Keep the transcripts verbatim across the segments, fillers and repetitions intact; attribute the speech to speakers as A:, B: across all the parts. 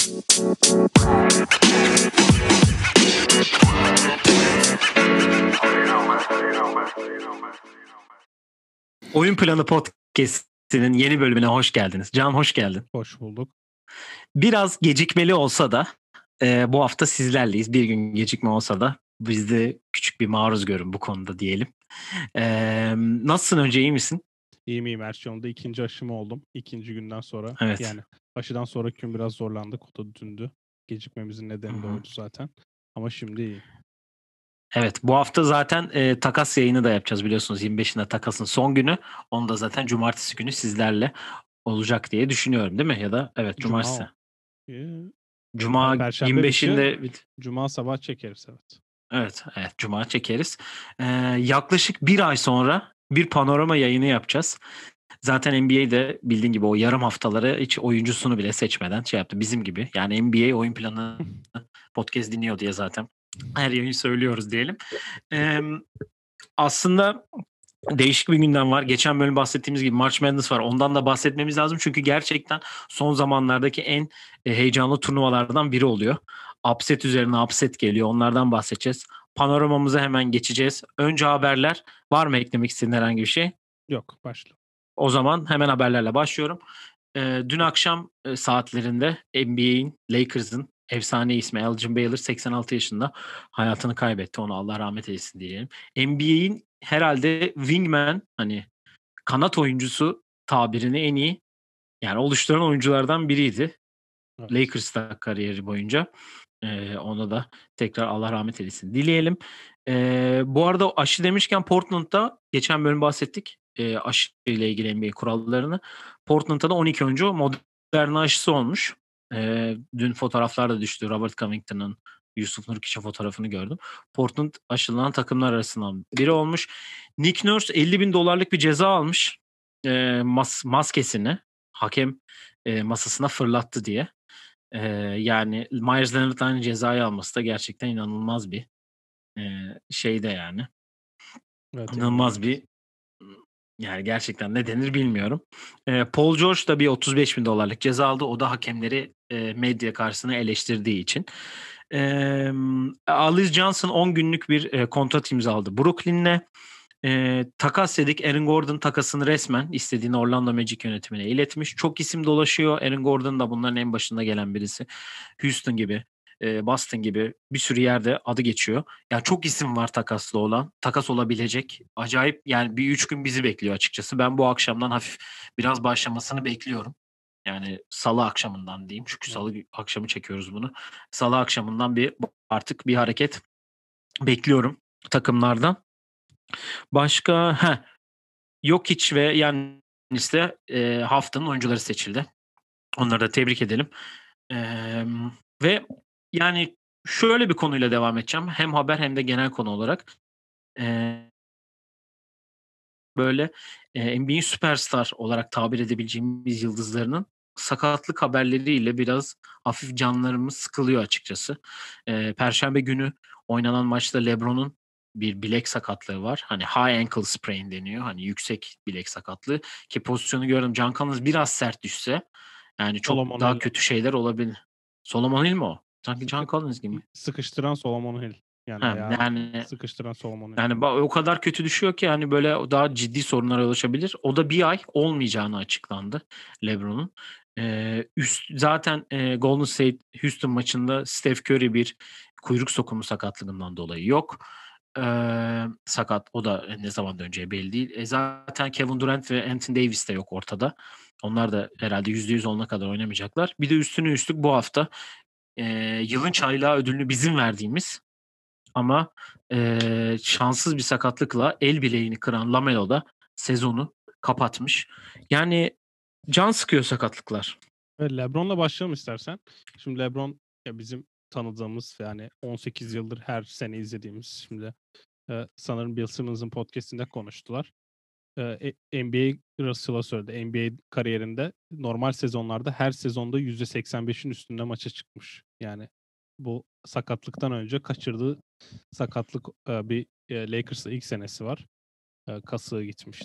A: Oyun Planı Podcast'inin yeni bölümüne hoş geldiniz. Can, hoş geldin.
B: Hoş bulduk.
A: Biraz gecikmeli olsa da e, bu hafta sizlerleyiz. Bir gün gecikme olsa da biz de küçük bir maruz görün bu konuda diyelim. E, nasılsın, önce iyi misin?
B: İyiyim iyiyim. Her şey yolunda. İkinci aşımı oldum. İkinci günden sonra.
A: Evet.
B: Yani aşıdan sonraki gün biraz zorlandık. O da dündü. Gecikmemizin nedeni de oydu zaten. Ama şimdi iyiyim.
A: Evet, bu hafta zaten e, takas yayını da yapacağız biliyorsunuz. yirmi beşinde takasın son günü. Onu da zaten cumartesi günü sizlerle olacak diye düşünüyorum, değil mi? Ya da evet, cumartesi.
B: Cuma,
A: Cuma
B: Perşembe
A: yirmi beşinde
B: dışı, Cuma sabah çekeriz, evet.
A: Evet, evet, Cuma çekeriz. Ee, yaklaşık bir ay sonra bir panorama yayını yapacağız. Zaten N B A'de bildiğin gibi o yarım haftaları hiç oyuncusunu bile seçmeden şey yaptı. Bizim gibi. Yani N B A oyun planı podcast dinliyor diye zaten her yayın söylüyoruz diyelim. Ee, aslında değişik bir gündem var. Geçen bölüm bahsettiğimiz gibi March Madness var. Ondan da bahsetmemiz lazım. Çünkü gerçekten son zamanlardaki en heyecanlı turnuvalardan biri oluyor. Upset üzerine upset geliyor. Onlardan bahsedeceğiz. Panoramamıza hemen geçeceğiz. Önce haberler. Var mı eklemek istediğin herhangi bir şey?
B: Yok, başla.
A: O zaman hemen haberlerle başlıyorum. Ee, dün akşam e, saatlerinde N B A'in, Lakers'ın efsane ismi Elgin Baylor seksen altı yaşında hayatını kaybetti. Ona Allah rahmet eylesin diyelim. N B A'in herhalde wingman, hani kanat oyuncusu tabirini en iyi yani oluşturan oyunculardan biriydi.
B: Evet.
A: Lakers'ta kariyeri boyunca. Ee, ona da tekrar Allah rahmet eylesin dileyelim. Ee, bu arada aşı demişken Portland'da geçen bölüm bahsettik. E, aşı ile ilgili N B A kurallarını. Portland'da da on iki oyuncu Moderna aşısı olmuş. E, dün fotoğraflar da düştü. Robert Covington'ın, Yusuf Nurkic'in fotoğrafını gördüm. Portland aşılanan takımlar arasından biri olmuş. Nick Nurse elli bin dolarlık bir ceza almış. E, mas- maskesini hakem e, masasına fırlattı diye. E, yani Myers Leonard'ın aynı cezayı alması da gerçekten inanılmaz bir e, şey de yani.
B: Evet,
A: İnanılmaz
B: yani.
A: bir, yani gerçekten ne denir bilmiyorum. E, Paul George da bir otuz beş bin dolarlık ceza aldı. O da hakemleri e, medya karşısına eleştirdiği için. E, Alice Johnson on günlük bir e, kontrat imzaladı Brooklyn'le. E, takas dedik. Aaron Gordon takasını resmen istediğini Orlando Magic yönetimine iletmiş. Çok isim dolaşıyor. Aaron Gordon da bunların en başında gelen birisi. Houston gibi, e, Boston gibi bir sürü yerde adı geçiyor. Yani çok isim var takaslı olan. Takas olabilecek. Acayip, yani bir üç gün bizi bekliyor açıkçası. Ben bu akşamdan hafif biraz başlamasını bekliyorum. Yani salı akşamından diyeyim. Çünkü salı akşamı çekiyoruz bunu. Salı akşamından bir artık bir hareket bekliyorum takımlardan. Başka ha Jokic ve Yannis de e, haftanın oyuncuları seçildi. Onları da tebrik edelim. E, ve yani şöyle bir konuyla devam edeceğim. Hem haber hem de genel konu olarak. E, böyle e, N B A'in süperstar olarak tabir edebileceğimiz yıldızlarının sakatlık haberleriyle biraz hafif canlarımız sıkılıyor açıkçası. E, Perşembe günü oynanan maçta LeBron'un bir bilek sakatlığı var. Hani high ankle sprain deniyor. Hani yüksek bilek sakatlığı. Ki pozisyonu gördüm. Can Collins biraz sert düşse yani çok
B: Solomon
A: daha
B: Hill.
A: kötü şeyler olabilir. Solomon Hill mi o? Sanki Can
B: Sıkı-
A: Collins gibi.
B: Sıkıştıran Solomon Hill. Yani
A: Ha,
B: ayağı
A: yani
B: sıkıştıran Solomon Hill.
A: yani ba- o kadar kötü düşüyor ki hani böyle daha ciddi sorunlara ulaşabilir. O da bir ay olmayacağını açıklandı LeBron'un. Ee, üst zaten e, Golden State Houston maçında Steph Curry bir kuyruk sokumu sakatlığından dolayı yok. Ee, sakat, o da ne zaman döneceği belli değil. E, zaten Kevin Durant ve Anthony Davis de yok ortada. Onlar da herhalde yüzde yüz olana kadar oynamayacaklar. Bir de üstüne üstlük bu hafta e, yılın çaylağı ödülünü bizim verdiğimiz ama e, şanssız bir sakatlıkla el bileğini kıran Lamelo da sezonu kapatmış. Yani can sıkıyor sakatlıklar.
B: Evet, LeBron'la başlayalım istersen. Şimdi LeBron ya bizim tanıdığımız, yani on sekiz yıldır her sene izlediğimiz, şimdi e, sanırım Bill Simmons'ın podcast'inde konuştular. E, N B A Russell'a söyledi. N B A kariyerinde normal sezonlarda her sezonda yüzde seksen beşin üstünde maça çıkmış. Yani bu sakatlıktan önce kaçırdığı sakatlık e, bir e, Lakers'ta ilk senesi var. E, kasığı gitmişti.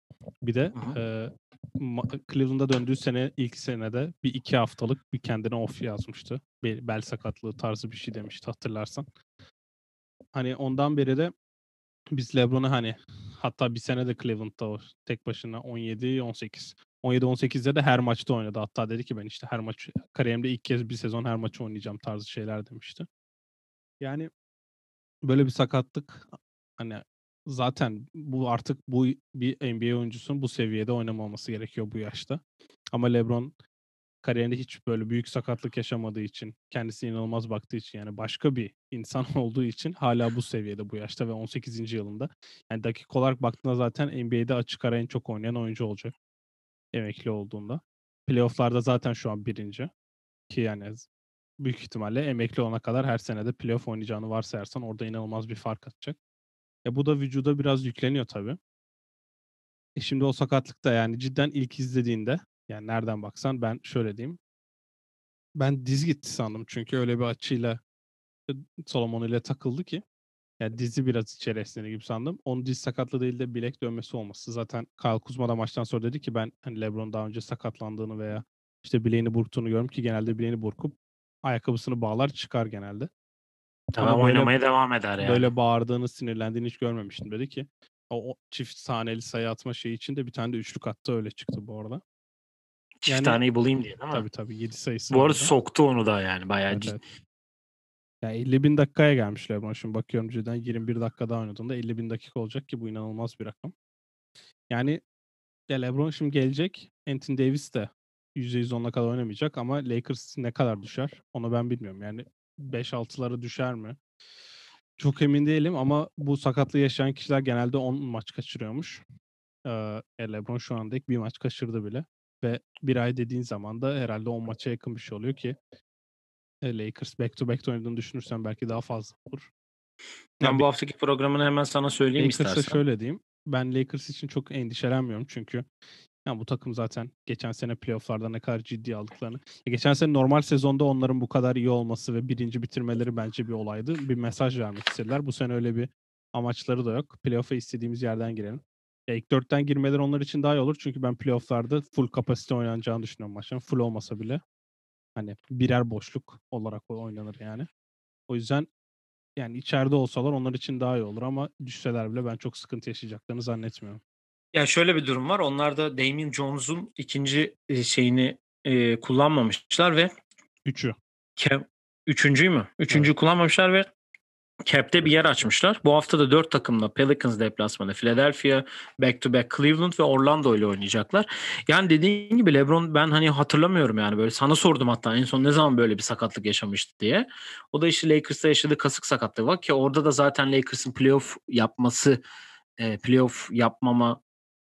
B: Bir de
A: Hı hı.
B: eee, ma- Cleveland'a döndüğü sene ilk senede bir iki haftalık bir kendine off yazmıştı. Bel, bel sakatlığı tarzı bir şey demişti hatırlarsan. Hani ondan beri de biz LeBron'u hani hatta bir sene de Cleveland'da o tek başına on yedi on sekiz. on yedi on sekizde de her maçta oynadı. Hatta dedi ki ben işte her maç kariyerimde ilk kez bir sezon her maçı oynayacağım tarzı şeyler demişti. Yani böyle bir sakatlık hani zaten bu artık bu bir N B A oyuncusunun bu seviyede oynamaması gerekiyor bu yaşta. Ama LeBron kariyerinde hiç böyle büyük sakatlık yaşamadığı için, kendisine inanılmaz baktığı için yani başka bir insan olduğu için hala bu seviyede bu yaşta ve on sekizinci yılında. Yani dakika olarak baktığında zaten N B A'de açık ara en çok oynayan oyuncu olacak emekli olduğunda. Playoff'larda zaten şu an birinci ki yani büyük ihtimalle emekli olana kadar her senede playoff oynayacağını varsayarsan orada inanılmaz bir fark atacak. E bu da vücuda biraz yükleniyor tabii. E şimdi o sakatlık da yani cidden ilk izlediğinde yani nereden baksan ben şöyle diyeyim. Ben diz gitti sandım çünkü öyle bir açıyla e, Solomon ile takıldı ki. Yani dizi biraz içeri esnedi gibi sandım. Onun diz sakatlığı değil de bilek dönmesi olması. Zaten Kyle Kuzma da maçtan sonra dedi ki ben hani LeBron daha önce sakatlandığını veya işte bileğini burktuğunu gördüm ki genelde bileğini burkup ayakkabısını bağlar çıkar genelde. Ama
A: Tamam,
B: böyle
A: oynamaya devam eder yani.
B: böyle bağırdığını, sinirlendiğini hiç görmemiştim dedi ki. O, o çift taneli sayı atma şeyi için de bir tane de üçlük attı öyle çıktı bu arada.
A: Çift
B: Yani
A: taneyi bulayım diye değil mi?
B: tabii tabii yedi sayısı
A: Bu
B: var
A: arada
B: orada.
A: soktu onu da yani bayağı
B: Evet
A: ciddi.
B: evet. Yani elli bin dakikaya gelmiş LeBron. Şimdi bakıyorum cidden yirmi bir dakika daha oynadığında elli bin dakika olacak ki bu inanılmaz bir rakam. Yani ya LeBron şimdi gelecek. Anthony Davis de yüzde yüz onuna kadar oynamayacak ama Lakers ne kadar düşer onu ben bilmiyorum. Yani beş altılara düşer mi? Çok emin değilim ama bu sakatlığı yaşayan kişiler genelde on maç kaçırıyormuş. Ee, e, LeBron şu anda ilk bir maç kaçırdı bile. Ve bir ay dediğin zaman da herhalde on maça yakın bir şey oluyor ki e, Lakers back to back oynadığını düşünürsen belki daha fazla olur. Ya
A: Ben bu haftaki programını hemen sana söyleyeyim
B: Lakers'a
A: istersen.
B: şöyle diyeyim. Ben Lakers için çok endişelenmiyorum çünkü yani bu takım zaten geçen sene playoff'larda ne kadar ciddi aldıklarını. Ya geçen sene normal sezonda onların bu kadar iyi olması ve birinci bitirmeleri bence bir olaydı. Bir mesaj vermek istediler. Bu sene öyle bir amaçları da yok. Playoff'a istediğimiz yerden girelim. Ya ilk dörtten girmeleri onlar için daha iyi olur. Çünkü ben playoff'larda full kapasite oynanacağını düşünüyorum maçların. Full olmasa bile hani birer boşluk olarak oynanır yani. O yüzden yani içeride olsalar onlar için daha iyi olur ama düşseler bile ben çok sıkıntı yaşayacaklarını zannetmiyorum.
A: Ya şöyle bir durum var. Onlar da Damian Jones'un ikinci e, şeyini e, kullanmamışlar ve
B: Üçü.
A: Kev, üçüncüyü mü?
B: Evet.
A: Üçüncüyü kullanmamışlar ve Cap'te bir yer açmışlar. Bu hafta da dört takımla Pelicans deplasmanı, Philadelphia, back to back Cleveland ve Orlando ile oynayacaklar. Yani dediğin gibi LeBron ben hani hatırlamıyorum yani böyle sana sordum hatta en son ne zaman böyle bir sakatlık yaşamıştı diye. O da işte Lakers'ta yaşadığı kasık sakatlığı var ki orada da zaten Lakers'ın playoff yapması, e, playoff yapmama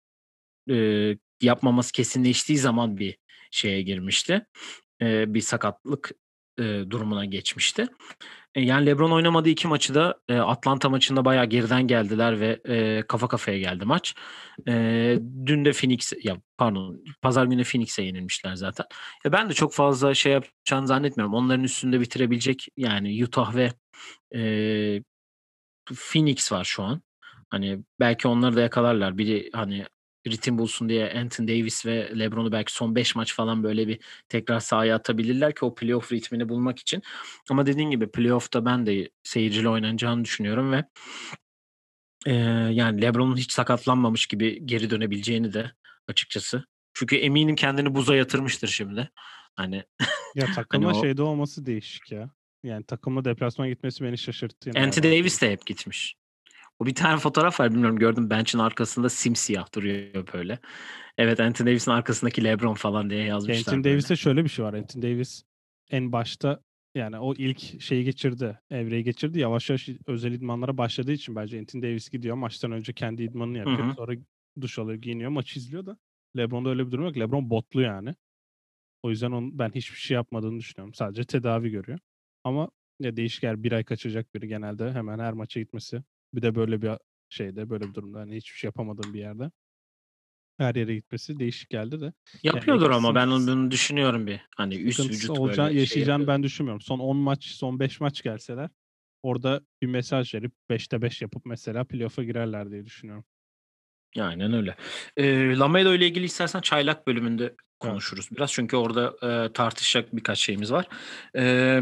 A: e, yapmaması kesinleştiği zaman bir şeye girmişti. E, bir sakatlık e, durumuna geçmişti. E, yani LeBron oynamadığı iki maçı da e, Atlanta maçında bayağı geriden geldiler ve e, kafa kafaya geldi maç. E, dün de Phoenix ya pardon pazar günü Phoenix'e yenilmişler zaten. Ya ben de çok fazla şey yapacağını zannetmiyorum. Onların üstünde bitirebilecek yani Utah ve e, Phoenix var şu an. Hani belki onları da yakalarlar. Biri hani ritim bulsun diye Anthony Davis ve LeBron'u belki son beş maç falan böyle bir tekrar sahaya atabilirler ki o playoff ritmini bulmak için. Ama dediğin gibi playoff'ta ben de seyirciyle oynanacağını düşünüyorum ve e, yani LeBron'un hiç sakatlanmamış gibi geri dönebileceğini de açıkçası. Çünkü eminim kendini buza yatırmıştır şimdi. Hani
B: Ya
A: hani
B: takımla
A: o
B: şeyde olması değişik ya. Yani takımla deplasmana gitmesi beni şaşırttı yine
A: Anthony
B: yalan
A: Davis
B: söyleyeyim.
A: de hep gitmiş. O bir tane fotoğraf var bilmiyorum gördüm bench'in arkasında simsiyah duruyor böyle. Evet Anthony Davis'in arkasındaki LeBron falan diye
B: Ya Anthony
A: yazmışlar böyle.
B: Davis'e şöyle bir şey var. Anthony Davis en başta yani o ilk şeyi geçirdi. Evreyi geçirdi. Yavaş yavaş özel idmanlara başladığı için bence Anthony Davis gidiyor. Maçtan önce kendi idmanını
A: Hı
B: yapıyor.
A: hı.
B: Sonra duş alıyor, giyiniyor, maçı izliyor da. LeBron'da öyle bir durum yok. LeBron botlu yani. O yüzden onun ben hiçbir şey yapmadığını düşünüyorum. Sadece tedavi görüyor. Ama ya değişik yer bir ay kaçacak biri genelde hemen her maça gitmesi. Bir de böyle bir şeyde böyle bir durumda hani hiçbir şey yapamadığım bir yerde her yere gitmesi değişik geldi de. Yani
A: Yapıyordur ama
B: Lakers'ın
A: ben bunu düşünüyorum bir. Hani üst
B: sıkıntısı
A: vücut
B: olacağı,
A: böyle şey
B: yaşayacağını
A: yapıyordur.
B: ben düşünmüyorum. Son on maç, son beş maç gelseler orada bir mesaj verip beşte beş yapıp mesela playoff'a girerler diye düşünüyorum.
A: Aynen öyle. Eee, Lamelo ile ilgili istersen çaylak bölümünde
B: Evet.
A: konuşuruz biraz. Çünkü orada eee, tartışacak birkaç şeyimiz var. Eee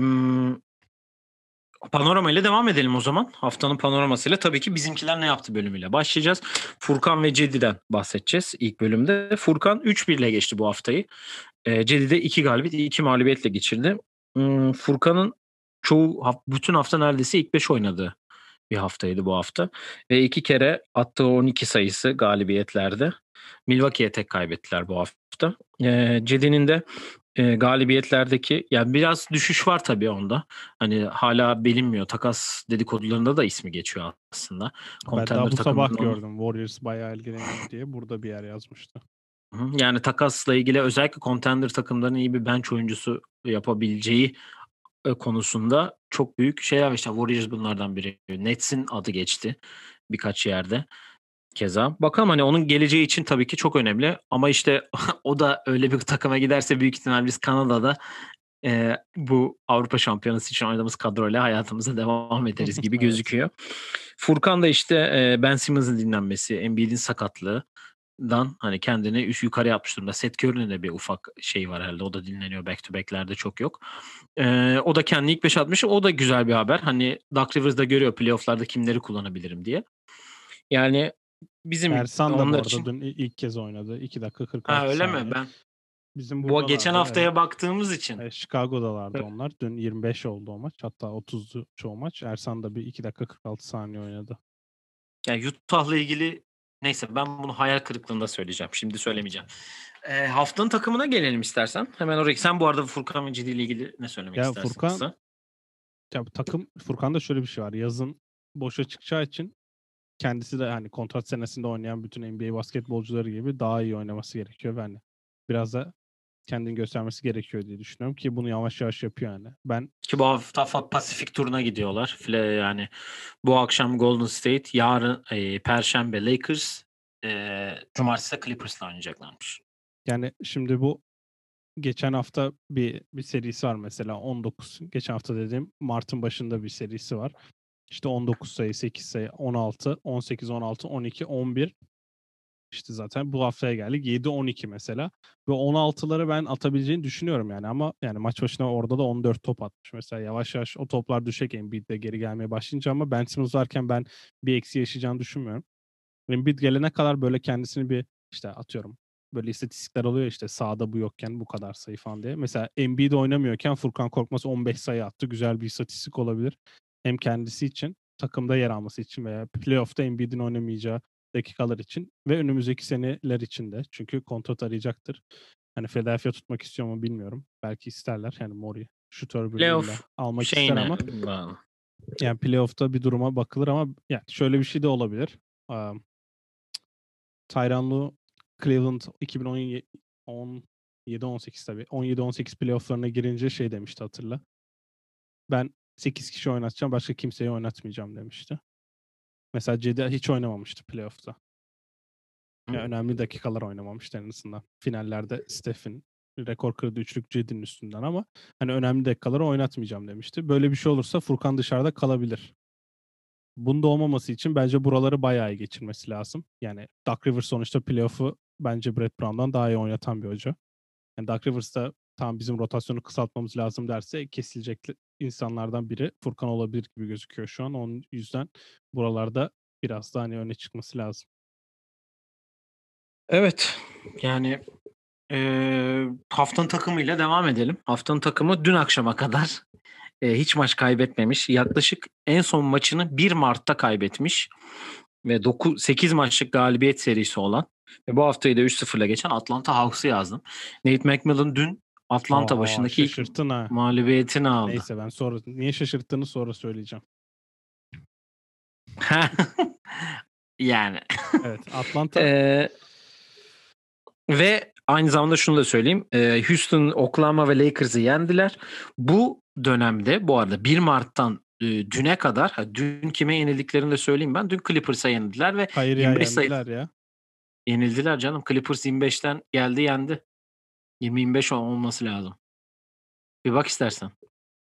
A: Panorama ile devam edelim o zaman. Haftanın panoramasıyla tabii ki bizimkiler ne yaptı bölümüyle başlayacağız. Furkan ve Cedi'den bahsedeceğiz ilk bölümde. Furkan üç bir ile geçti bu haftayı. E, Cedi de iki galibiyet, iki mağlubiyetle geçirdi. Hmm, Furkan'ın çoğu bütün hafta neredeyse ilk beş oynadığı bir haftaydı bu hafta. Ve iki kere attığı on iki sayısı galibiyetlerde. Milwaukee'ye tek kaybettiler bu hafta. E, Cedi'nin de e, galibiyetlerdeki yani biraz düşüş var tabii onda. Hani hala bilinmiyor. Takas dedikodularında da ismi geçiyor aslında.
B: Ben daha
A: Contender
B: bu sabah
A: takımlarının onun
B: gördüm. Warriors bayağı ilgileniyor diye. Burada bir yer yazmıştı.
A: Hı, yani takasla ilgili özellikle contender takımların iyi bir bench oyuncusu yapabileceği e, konusunda çok büyük şeyler var. İşte Warriors bunlardan biri. Nets'in adı geçti birkaç yerde. Keza. Bakalım hani onun geleceği için tabii ki çok önemli. Ama işte o da öyle bir takıma giderse büyük ihtimal biz Kanada'da e, bu Avrupa Şampiyonası için oynadığımız kadroyla hayatımıza devam ederiz gibi
B: Evet.
A: gözüküyor. Furkan da işte e, Ben Simmons'ın dinlenmesi, Embiid'in sakatlığı dan hani kendini üst yukarı yapmış durumda. Seth Curry'nin de bir ufak şey var herhalde. O da dinleniyor. Back to back'lerde çok yok. Ee, o da kendini ilk beş atmış. O da güzel bir haber. Hani Doug Rivers da görüyor playoff'larda kimleri kullanabilirim diye. Yani bizim
B: Ersan da bu
A: onlar
B: arada
A: için
B: dün i- ilk kez oynadı. iki dakika
A: ha
B: kırk altı
A: öyle mi?
B: saniye.
A: Ben
B: Bizim
A: bu geçen
B: buradalardı. Evet.
A: haftaya baktığımız için
B: E, Chicago'dalardı onlar. Dün yirmi beş oldu o maç. Hatta otuzdu çoğu maç. Ersan da bir iki dakika kırk altı saniye oynadı.
A: yani Utah'la ilgili neyse ben bunu hayal kırıklığında söyleyeceğim. Şimdi
B: Evet.
A: söylemeyeceğim. Ee, haftanın takımına gelelim istersen. Hemen oraya. Sen bu arada Furkan ve Cidi ile ilgili ne söylemek
B: Ya
A: istersin
B: Furkan,
A: kısa?
B: ya bu takım Furkan'da şöyle bir şey var. Yazın boşa çıkacağı için kendisi de hani kontrat senesinde oynayan bütün N B A basketbolcuları gibi daha iyi oynaması gerekiyor ve hani biraz da kendini göstermesi gerekiyor diye düşünüyorum ki bunu yavaş yavaş yapıyor yani. Ben
A: Ki bu hafta Fa- Pasifik turuna gidiyorlar. File yani bu akşam Golden State, yarın e, Perşembe Lakers, e, Cumartesi de Clippers'la oynayacaklarmış.
B: yani şimdi bu geçen hafta bir bir serisi var mesela on dokuz. Geçen hafta dediğim Mart'ın başında bir serisi var. İşte on dokuz sayı, sekiz sayı, on altı, on sekiz, on altı, on iki, on bir. İşte zaten bu haftaya geldik. yedi on iki mesela. Ve on altıları ben atabileceğini düşünüyorum yani ama yani maç başına orada da on dört top atmış. Mesela yavaş yavaş o toplar düşecek Embiid'de geri gelmeye başlayınca ama Ben Simmons varken ben bir eksi yaşayacağını düşünmüyorum. Embiid gelene kadar böyle kendisini bir işte atıyorum böyle istatistikler oluyor işte sahada bu yokken bu kadar sayı falan diye. Mesela Embiid oynamıyorken Furkan Korkmaz on beş sayı attı. Güzel bir istatistik olabilir. Hem kendisi için, takımda yer alması için veya playoff'ta Embiid'in oynamayacağı dakikalar için ve önümüzdeki seneler için de. Çünkü kontrat arayacaktır. Hani Philadelphia tutmak istiyor mu bilmiyorum. Belki isterler. Yani Mori şutör bölümüyle
A: Playoff
B: almak ister
A: şeyine
B: ama
A: bağlı.
B: yani playoff'ta bir duruma bakılır ama yani şöyle bir şey de olabilir. Um, Tyronn Lue Cleveland iki bin on yedi on sekiz tabii. on yedi on sekiz playoff'larına girince şey demişti hatırla. Ben sekiz kişi oynatacağım, başka kimseyi oynatmayacağım demişti. Mesela Cedi hiç oynamamıştı playoff'ta. Yani önemli dakikalar oynamamıştı en azından. Finallerde Steph'in rekor kırdığı üçlük Cedi'nin üstünden ama hani önemli dakikaları oynatmayacağım demişti. Böyle bir şey olursa Furkan dışarıda kalabilir. Bunda olmaması için bence buraları bayağı iyi geçirmesi lazım. Yani Doug Rivers sonuçta playoff'u bence Brett Brown'dan daha iyi oynatan bir hoca. Yani Doug Rivers da tam bizim rotasyonu kısaltmamız lazım derse kesilecek insanlardan biri Furkan olabilir gibi gözüküyor şu an. Onun yüzden buralarda biraz daha hani öne çıkması lazım.
A: Evet. Yani e, haftanın takımıyla devam edelim. Haftanın takımı dün akşama kadar e, hiç maç kaybetmemiş. Yaklaşık en son maçını bir Mart'ta kaybetmiş. Ve dokuz, sekiz maçlık galibiyet serisi olan ve bu haftayı da üç sıfırla geçen Atlanta Hawks'ı yazdım. Nate McMillan dün Atlanta
B: Aa,
A: başındaki ilk
B: şaşırttın ha.
A: mağlubiyetini aldı.
B: Neyse ben sonra niye şaşırttığını sonra söyleyeceğim.
A: Yani
B: Evet, Atlanta
A: Ee, ve aynı zamanda şunu da söyleyeyim. Ee, Houston, Oklahoma ve Lakers'ı yendiler. Bu dönemde bu arada bir Mart'tan e, düne kadar ha, dün kime yenildiklerini de söyleyeyim ben. Dün Clippers'a yenildiler ve
B: hayır ya
A: yirmi beş sayı
B: yendiler ya.
A: yenildiler canım. Clippers yirmi beşten geldi yendi. yirmi yirmi beş olması lazım. Bir bak istersen.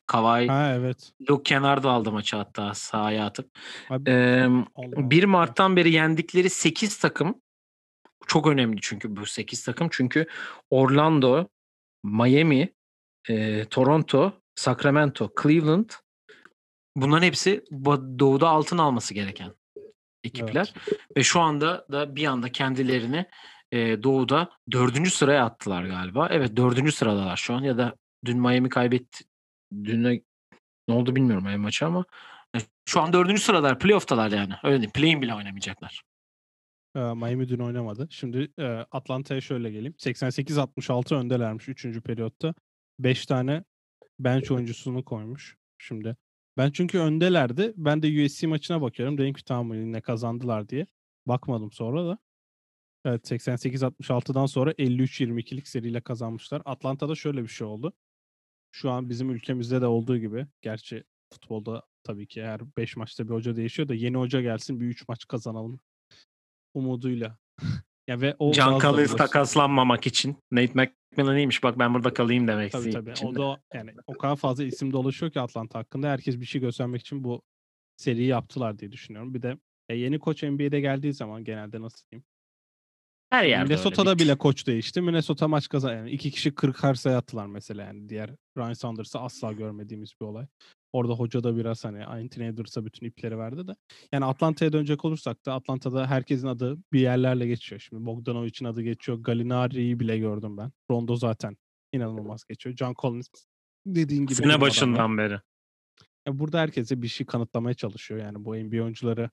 A: Kawhi
B: Ha evet.
A: Luke kenarda aldı maçı hatta sahaya atıp.
B: Abi,
A: Ee,
B: Allah
A: bir
B: Allah.
A: Mart'tan beri yendikleri sekiz takım çok önemli çünkü bu sekiz takım. Çünkü Orlando, Miami, e, Toronto, Sacramento, Cleveland bunların hepsi doğuda altın alması gereken ekipler.
B: Evet.
A: Ve şu anda da bir anda kendilerini e, doğuda dördüncü sıraya attılar galiba. Evet dördüncü sıradalar şu an ya da dün Miami kaybetti. Dün ne oldu bilmiyorum Miami maçı ama e, şu an dördüncü sıradalar. Playoff'talar yani. Öyle değil. Play-in bile oynamayacaklar.
B: Ee, Miami dün oynamadı. Şimdi e, Atlanta'ya şöyle geleyim. seksen sekiz altmış altı öndelermiş üçüncü periyotta. beş tane bench oyuncusunu koymuş. Şimdi ben çünkü öndelerdi. Ben de U S C maçına bakıyorum. Dedim ki tamam yine kazandılar diye. Bakmadım sonra da. Evet seksen sekiz altmış altıdan sonra elli üç yirmi ikilik seriyle kazanmışlar. Atlanta'da şöyle bir şey oldu. Şu an bizim ülkemizde de olduğu gibi. Gerçi futbolda tabii ki her beş maçta bir hoca değişiyor da yeni hoca gelsin bir üç maç kazanalım umuduyla. Ya ve o
A: Can
B: bazda
A: Collins
B: biliyorsun.
A: takaslanmamak için. Nate McMillan iyiymiş bak ben burada kalayım demek
B: Tabii tabii.
A: için.
B: O da yani o kadar fazla isim dolaşıyor ki Atlanta hakkında. Herkes bir şey göstermek için bu seriyi yaptılar diye düşünüyorum. Bir de ya yeni koç N B A'de geldiği zaman genelde nasıl diyeyim?
A: Her
B: Ya
A: yerde öyle.
B: Minnesota'da
A: Bir
B: bile koç değişti. Minnesota maç kazan yani iki kişi kırk sayı attılar mesela yani. Diğer Ryan Saunders'ı asla görmediğimiz bir olay. Orada hoca da biraz hani Anthony Edwards'a bütün ipleri verdi de. Yani Atlanta'ya dönecek olursak da Atlanta'da herkesin adı bir yerlerle geçiyor. Şimdi Bogdanovic'in adı geçiyor. Gallinari'yi bile gördüm ben. Rondo zaten inanılmaz geçiyor. John Collins dediğin gibi
A: sene
B: bilim adamı.
A: başından beri.
B: Ya burada herkese bir şey kanıtlamaya çalışıyor. Yani bu N B A oyuncuları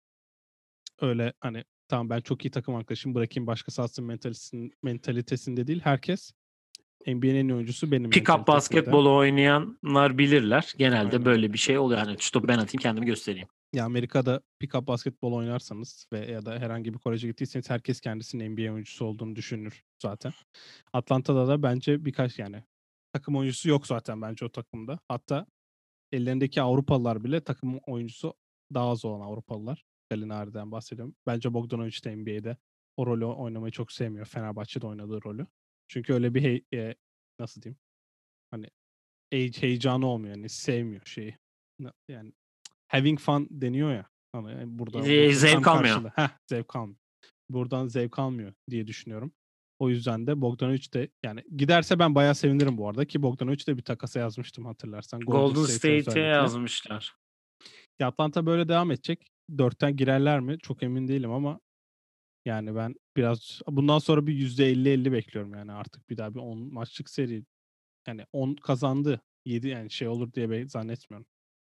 B: öyle hani tamam ben çok iyi takım arkadaşım bırakayım başkası atsın mentalitesinde, mentalitesinde değil. Herkes N B A'nin en iyi oyuncusu benim
A: Pick-up
B: mentalitesinde.
A: basketbolu oynayanlar bilirler. Genelde
B: Aynen.
A: böyle bir şey oluyor. Hani tutup ben atayım kendimi göstereyim.
B: Ya Amerika'da pick-up basketbol oynarsanız ve ya da herhangi bir koleje gittiyseniz herkes kendisinin N B A oyuncusu olduğunu düşünür zaten. Atlanta'da da bence birkaç yani takım oyuncusu yok zaten bence o takımda. Hatta ellerindeki Avrupalılar bile takım oyuncusu daha az olan Avrupalılar. Gallinari'den bahsediyorum. Bence Bogdanovic de N B A'de o rolü oynamayı çok sevmiyor. Fenerbahçe'de oynadığı rolü. Çünkü öyle bir hey, e, nasıl diyeyim? Hani hey, heyecanı olmuyor. Yani sevmiyor şeyi. Yani having fun deniyor ya. Hani burada
A: Ee,
B: bunun tam
A: zevk almıyor.
B: karşılığı. Heh, zevk almıyor. Buradan zevk almıyor diye düşünüyorum. O yüzden de Bogdanovic de yani giderse ben bayağı sevinirim bu arada ki Bogdanovic de bir takasa yazmıştım hatırlarsan. Golden
A: Golden
B: State'e
A: State'e
B: özellikle.
A: yazmışlar.
B: Ya Atlanta böyle devam edecek. Dörtten girerler mi? Çok emin değilim ama yani ben biraz bundan sonra bir yüzde elli elli bekliyorum yani artık bir daha bir on maçlık seri. Yani on kazandı. yedi yani şey olur diye be- zannetmiyorum.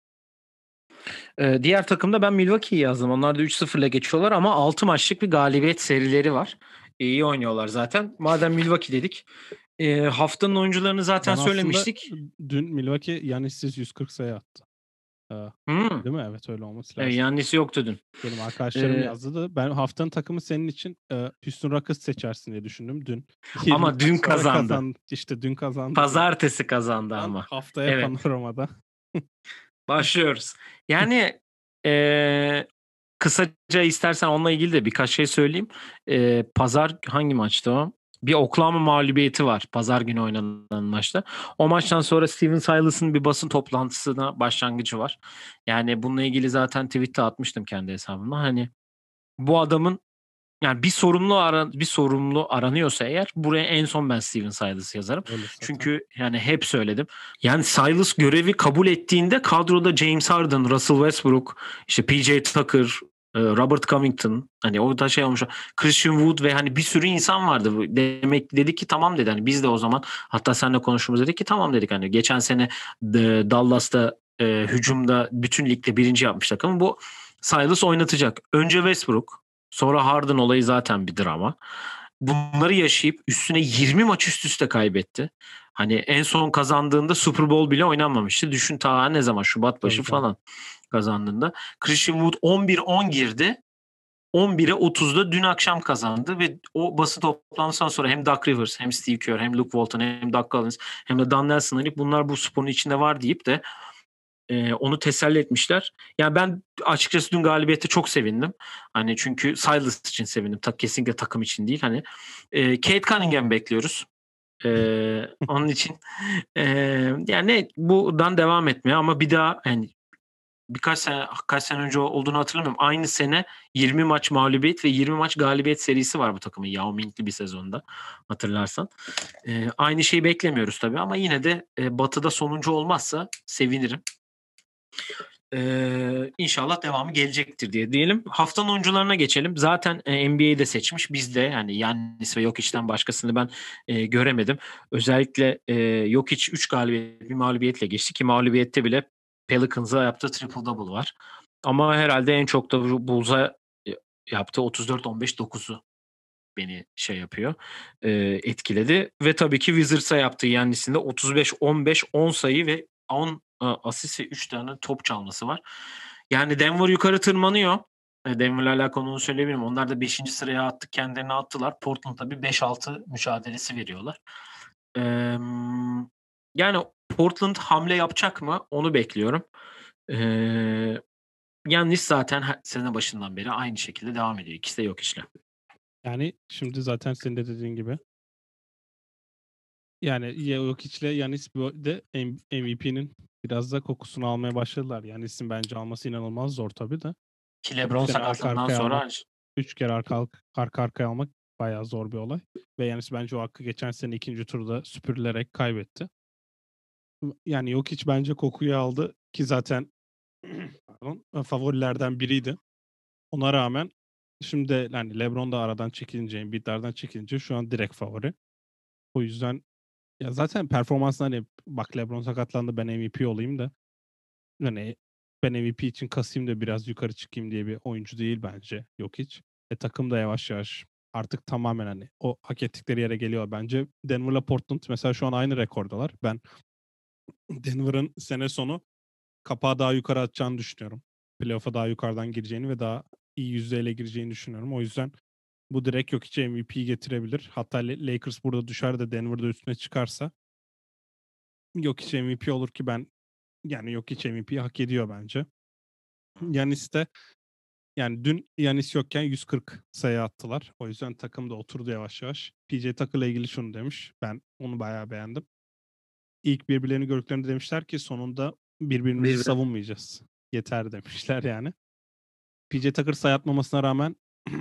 A: Ee, diğer takımda ben Milwaukee'yi yazdım. Onlar da üç sıfırla geçiyorlar ama altı maçlık bir galibiyet serileri var. İyi oynuyorlar zaten. Madem Milwaukee dedik. E, haftanın oyuncularını zaten
B: Ben aslında
A: söylemiştik.
B: dün Milwaukee Yannis'siz yüz kırk sayı attı. Ee,
A: Hmm.
B: değil mi? Evet öyle olması
A: E,
B: lazım.
A: Yannis yoktu dün.
B: Benim arkadaşlarım
A: E,
B: yazdı da ben haftanın takımı senin için e, Houston Rockets seçersin diye düşündüm dün. yirmi
A: ama dün
B: maç sonra
A: kazandı.
B: kazandı. İşte dün kazandı diye.
A: Pazartesi kazandı
B: Lan
A: ama.
B: haftaya
A: Evet.
B: panoramada.
A: Başlıyoruz. Yani e, kısaca istersen onunla ilgili de birkaç şey söyleyeyim. E, Pazar hangi maçtı o? Bir Oklahoma mağlubiyeti var. Pazar günü oynanan maçta. O maçtan sonra Steven Silas'ın bir basın toplantısına başlangıcı var. Yani bununla ilgili zaten tweet'te atmıştım kendi hesabımda. Hani bu adamın yani bir sorumlu ara, bir sorumlu aranıyorsa eğer buraya en son ben Steven Silas yazarım.
B: Öyle zaten.
A: Çünkü yani hep söyledim. Yani Silas görevi kabul ettiğinde kadroda James Harden, Russell Westbrook, işte P J Tucker, Robert Covington hani o da şey olmuş. Christian Wood ve hani bir sürü insan vardı. Demek dedi ki tamam dedi. Hani biz de o zaman hatta seninle konuştuğumuz dedik ki tamam dedik. Hani geçen sene Dallas'ta e, hücumda bütün ligde birinci yapmış takım. Bu Silas oynatacak. Önce Westbrook, sonra Harden olayı zaten bir drama. Bunları yaşayıp üstüne yirmi maç üst üste kaybetti. Hani en son kazandığında Super Bowl bile oynanmamıştı. Düşün ta ne zaman Şubat başı
B: Tabii, tabii.
A: falan kazandığında. Christian Wood on bir on girdi. on bire otuzda dün akşam kazandı ve o basın toplantısından sonra hem Doug Rivers hem Steve Kerr hem Luke Walton hem Doug Collins hem de Dan Nelson hani bunlar bu sporun içinde var deyip de e, onu teselli etmişler. Yani ben açıkçası dün galibiyete çok sevindim. Hani çünkü Silas için sevindim. Ta, kesinlikle takım için değil. Hani e, Kate Cunningham bekliyoruz. Eee, onun için, eee, yani buradan devam etmeye ama bir daha hani birkaç sene kaç sene önce olduğunu hatırlamıyorum. Aynı sene yirmi maç mağlubiyet ve yirmi maç galibiyet serisi var bu takımın Yao Ming'li bir sezonda hatırlarsan. Eee, aynı şeyi beklemiyoruz tabii ama yine de e, Batı'da sonuncu olmazsa sevinirim. Eee, inşallah devamı gelecektir diye diyelim. Haftanın oyuncularına geçelim. Zaten e, N B A'yi de seçmiş. Biz de yani Giannis ve Jokic'ten başkasını ben e, göremedim. Özellikle e, Jokic üç galibiyet bir mağlubiyetle geçti ki mağlubiyette bile Pelicans'a yaptığı triple double var. Ama herhalde en çok da Bulls'a yaptığı otuz dört on beş dokuzu beni şey yapıyor, e, etkiledi. Ve tabii ki Wizards'a yaptığı Giannis'in de otuz beş on beş on sayı ve on asist ve üç tane top çalması var. Yani Denver yukarı tırmanıyor. Denver'la alakalı onu söyleyebilirim. Onlar da beşinci sıraya attık, kendilerini attılar. Portland tabii beş altı mücadelesi veriyorlar. Ee, yani Portland hamle yapacak mı? Onu bekliyorum. Ee, Giannis zaten sene başından beri aynı şekilde devam ediyor. İkisi de yok işte.
B: Yani şimdi zaten senin de dediğin gibi. Yani Jokic'le Giannis de M V P'nin biraz da kokusunu almaya başladılar. Giannis'in bence alması inanılmaz zor tabii de.
A: Ki
B: Üç
A: LeBron
B: sene arka
A: sakatlığından
B: arkaya
A: sonra
B: almak, üç kere arka, arka arkaya almak bayağı zor bir olay. Ve Giannis bence o hakkı geçen sene ikinci turda süpürülerek kaybetti. Yani Jokic bence kokuyu aldı ki zaten pardon, favorilerden biriydi. Ona rağmen şimdi yani LeBron da aradan çekilince, Embiid'lerden çekilince şu an direkt favori. O yüzden ya zaten performansına hani bak LeBron sakatlandı ben M V P olayım da hani ben M V P için kasayım da biraz yukarı çıkayım diye bir oyuncu değil bence Jokic. E takım da yavaş yavaş artık tamamen hani o hak ettikleri yere geliyor bence. Denver'la Portland mesela şu an aynı rekordalar. Ben Denver'ın sene sonu kapağı daha yukarı atacağını düşünüyorum. Playoff'a daha yukarıdan gireceğini ve daha iyi yüzdeyle gireceğini düşünüyorum. O yüzden bu direkt Jokic'e M V P getirebilir. Hatta Lakers burada düşer de Denver'da üstüne çıkarsa Jokic M V P olur ki ben yani Jokic M V P'yi hak ediyor bence. Giannis de yani dün Giannis yokken yüz kırk sayı attılar. O yüzden takım da oturdu yavaş yavaş. P J Tucker'la ilgili şunu demiş. Ben onu bayağı beğendim. İlk birbirlerini gördüklerinde demişler ki sonunda birbirimizi
A: Bir,
B: savunmayacağız. Yeter demişler yani. P J Tucker sayı atmamasına rağmen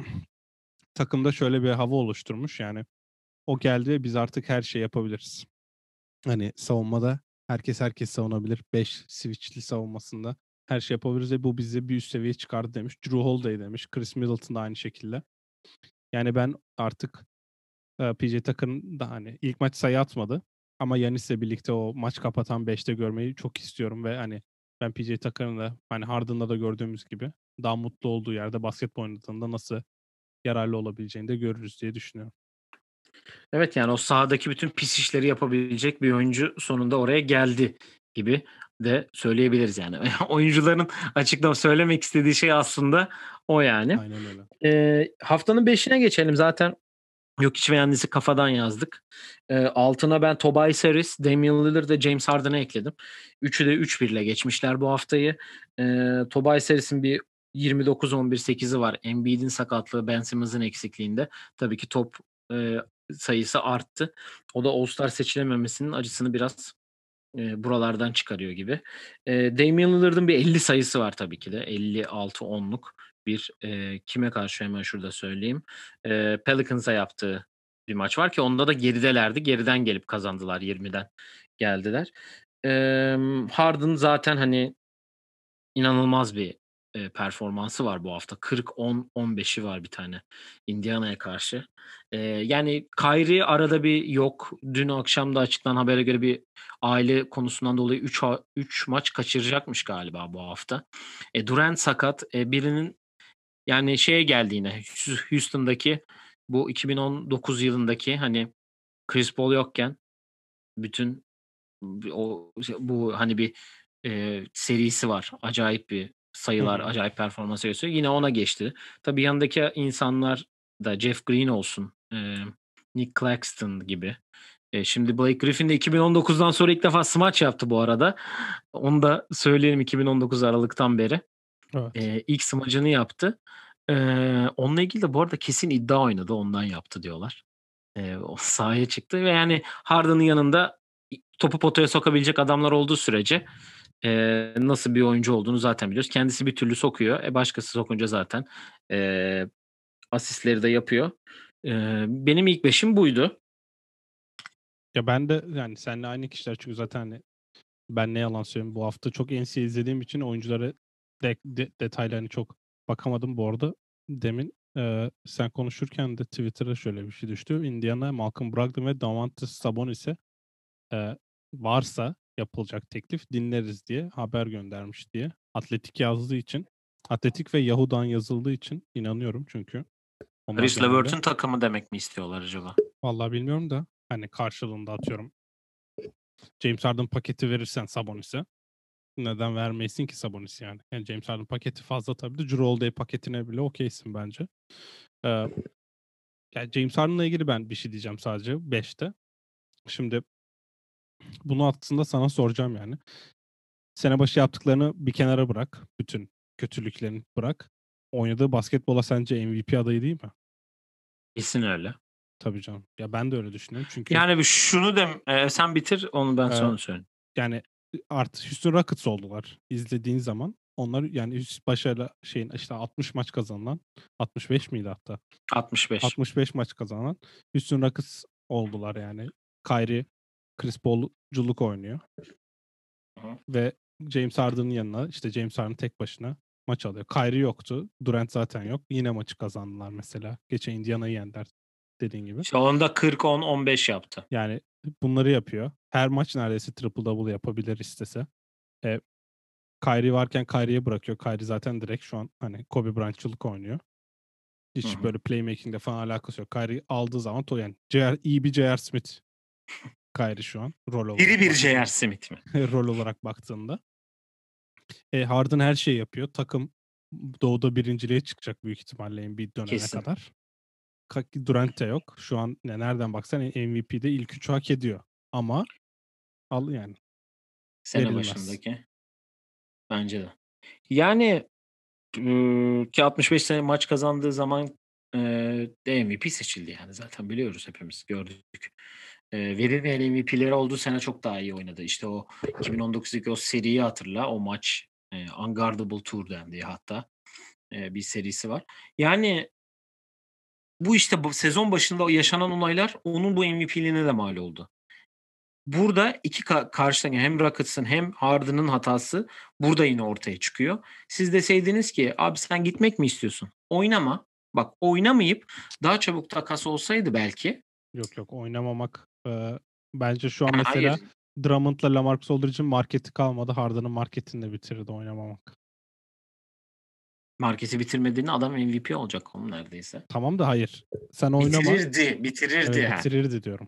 B: takımda şöyle bir hava oluşturmuş. Yani o geldi ve biz artık her şeyi yapabiliriz. Hani savunmada herkes herkes savunabilir. beş switch'li savunmasında her şey yapabiliriz ve bu bizi bir üst seviyeye çıkardı demiş. Drew Holiday demiş. Chris Middleton da aynı şekilde. Yani ben artık e, P J Tucker'ın da hani ilk maç sayı atmadı. Ama Giannis'le birlikte o maç kapatan beşte görmeyi çok istiyorum ve hani ben P J Tucker'ın da hani Harden'da da gördüğümüz gibi daha mutlu olduğu yerde basketbol oynadığında nasıl yararlı olabileceğini de görürüz diye düşünüyorum.
A: evet yani o sahadaki bütün pis işleri yapabilecek bir oyuncu sonunda oraya geldi gibi de söyleyebiliriz yani. Oyuncuların açıklam söylemek istediği şey aslında o yani.
B: Aynen öyle.
A: Ee, haftanın beşine geçelim zaten. Jokic ve Giannis'i kafadan yazdık. Ee, altına ben Tobias Harris, Damian Lillard ve James Harden'ı ekledim. Üçü de üç bir ile geçmişler bu haftayı. Ee, Tobias Harris'in bir yirmi dokuz on bir sekizi var. Embiid'in sakatlığı, Ben Simmons'ın eksikliğinde. Tabii ki top e, sayısı arttı. O da All-Star seçilememesinin acısını biraz e, buralardan çıkarıyor gibi. E, Damian Lillard'ın bir elli sayısı var tabii ki de. elli altı onluk bir e, kime karşı hemen şurada söyleyeyim. E, Pelicans'a yaptığı bir maç var ki onda da geridelerdi. Geriden gelip kazandılar. yirmiden geldiler. E, Harden zaten hani inanılmaz bir e, performansı var bu hafta. kırk on on beşi var bir tane Indiana'ya karşı. E, yani Kyrie arada bir yok. Dün akşam da açıklanan habere göre bir aile konusundan dolayı üç üç maç kaçıracakmış galiba bu hafta. E, Durant sakat. E, birinin yani şeye geldi yine Houston'daki bu iki bin on dokuz yılındaki hani Chris Paul yokken bütün o bu hani bir e, serisi var. Acayip bir
B: Hı
A: sayılar,
B: hı.
A: acayip performans gösteriyor. Yine ona geçti. Tabii yanındaki insanlar da Jeff Green olsun, e, Nick Claxton gibi. E, şimdi Blake Griffin de iki bin on dokuzdan sonra ilk defa smaç yaptı bu arada. Onu da söyleyelim iki bin on dokuz Aralık'tan beri.
B: Evet.
A: E, ilk smacını yaptı. E, onunla ilgili de bu arada kesin iddia oynadı ondan yaptı diyorlar. E, o sahaya çıktı ve yani Harden'ın yanında topu potaya sokabilecek adamlar olduğu sürece e, nasıl bir oyuncu olduğunu zaten biliyoruz. Kendisi bir türlü sokuyor. E, başkası sokunca zaten e, asistleri de yapıyor. E, benim ilk beşim buydu.
B: Ya ben de yani seninle aynı kişiler çünkü zaten hani ben ne yalan söyleyeyim bu hafta çok N C A A izlediğim için oyunculara de, de- detaylarını çok bakamadım bu arada. Demin e, sen konuşurken de Twitter'a şöyle bir şey düştü. Indiana, Malcolm Brogdon ve Domantas Sabonis'e e, varsa yapılacak teklif dinleriz diye haber göndermiş diye. Atletik yazdığı için, Atletik ve Yahoo'dan yazıldığı için inanıyorum çünkü onlar
A: Chris
B: genelde
A: LeVert'ün takımı demek mi istiyorlar acaba?
B: vallahi bilmiyorum da hani karşılığında atıyorum James Harden paketi verirsen Sabonis'e neden vermeyesin ki Sabonis yani? Yani James Harden paketi fazla tabii de Jrue Holiday paketine bile okeysin bence. Ee, yani James Harden'la ilgili ben bir şey diyeceğim sadece beşte. Şimdi bunu aslında sana soracağım yani. Sene başı yaptıklarını bir kenara bırak. Bütün kötülüklerini bırak. Oynadığı basketbola sence M V P adayı değil mi?
A: Kesin öyle.
B: Tabii canım. Ya ben de öyle düşünüyorum. Çünkü
A: Yani bir şunu dem e, sen bitir onu ben
B: e,
A: sonra söyleyeyim.
B: yani artık Houston Rockets oldular izlediğin zaman. Onlar yani üst başarılı şeyin işte altmış maç kazanılan altmış beş miydi hatta?
A: altmış beş.
B: altmış beş maç kazanan Houston Rockets oldular yani. Kyrie Chris Paul'culuk oynuyor
A: Hı.
B: ve James Harden'ın yanına işte James Harden tek başına maç alıyor. Kyrie yoktu. Durant zaten yok. Yine maçı kazandılar mesela. Geçen Indiana'yı yendiler dediğin gibi.
A: Şu anda kırk on on beş yaptı.
B: Yani bunları yapıyor. Her maç neredeyse triple double yapabilir istese. E, Kyrie varken Kyrie'ye bırakıyor. Kyrie zaten direkt şu an hani Kobe Bryant'çılık oynuyor.
A: Hı
B: Hiç
A: hı.
B: böyle playmaking'de falan alakası yok. Kyrie aldığı zaman to yani J R, iyi bir J R. Smith Kyrie şu an rol
A: Biri
B: olarak
A: bir
B: bak
A: J R. Smith mi?
B: rol olarak baktığında. E, Harden her şeyi yapıyor. Takım doğuda birinciliğe çıkacak büyük ihtimalle N B A dönene
A: Kesin.
B: kadar. Ka- Durant de yok. Şu an ne nereden baksan M V P'de ilk üçü hak ediyor. Ama al yani
A: Sene
B: verilmez.
A: başındaki. Bence de. Yani ıı, ki altmış beş sene maç kazandığı zaman eee de M V P seçildi yani zaten biliyoruz hepimiz gördük. Eee verilmeyen M V P'leri olduğu sene çok daha iyi oynadı. İşte o iki bin on dokuzdaki o seriyi hatırla. O maç eee, Unguardable Tour dendi hatta. Eee, bir serisi var. Yani bu işte bu sezon başında yaşanan olaylar onun bu M V P'liğine de mal oldu. Burada iki ka- karşıdan hem Rockets'ın hem Harden'ın hatası burada yine ortaya çıkıyor. Siz deseydiniz ki abi sen gitmek mi istiyorsun? Oynama. Bak oynamayıp daha çabuk takas olsaydı belki.
B: Yok yok oynamamak. e, bence şu an
A: Yani
B: mesela
A: hayır.
B: Drummond'la LaMarcus Aldridge'in marketi kalmadı. Harden'ın marketini de bitirdi oynamamak.
A: Marketi bitirmediğinde adam M V P olacak onun neredeyse.
B: Tamam da hayır. Sen oynama.
A: Bitirirdi. Bitirirdi
B: Evet
A: yani.
B: bitirirdi diyorum.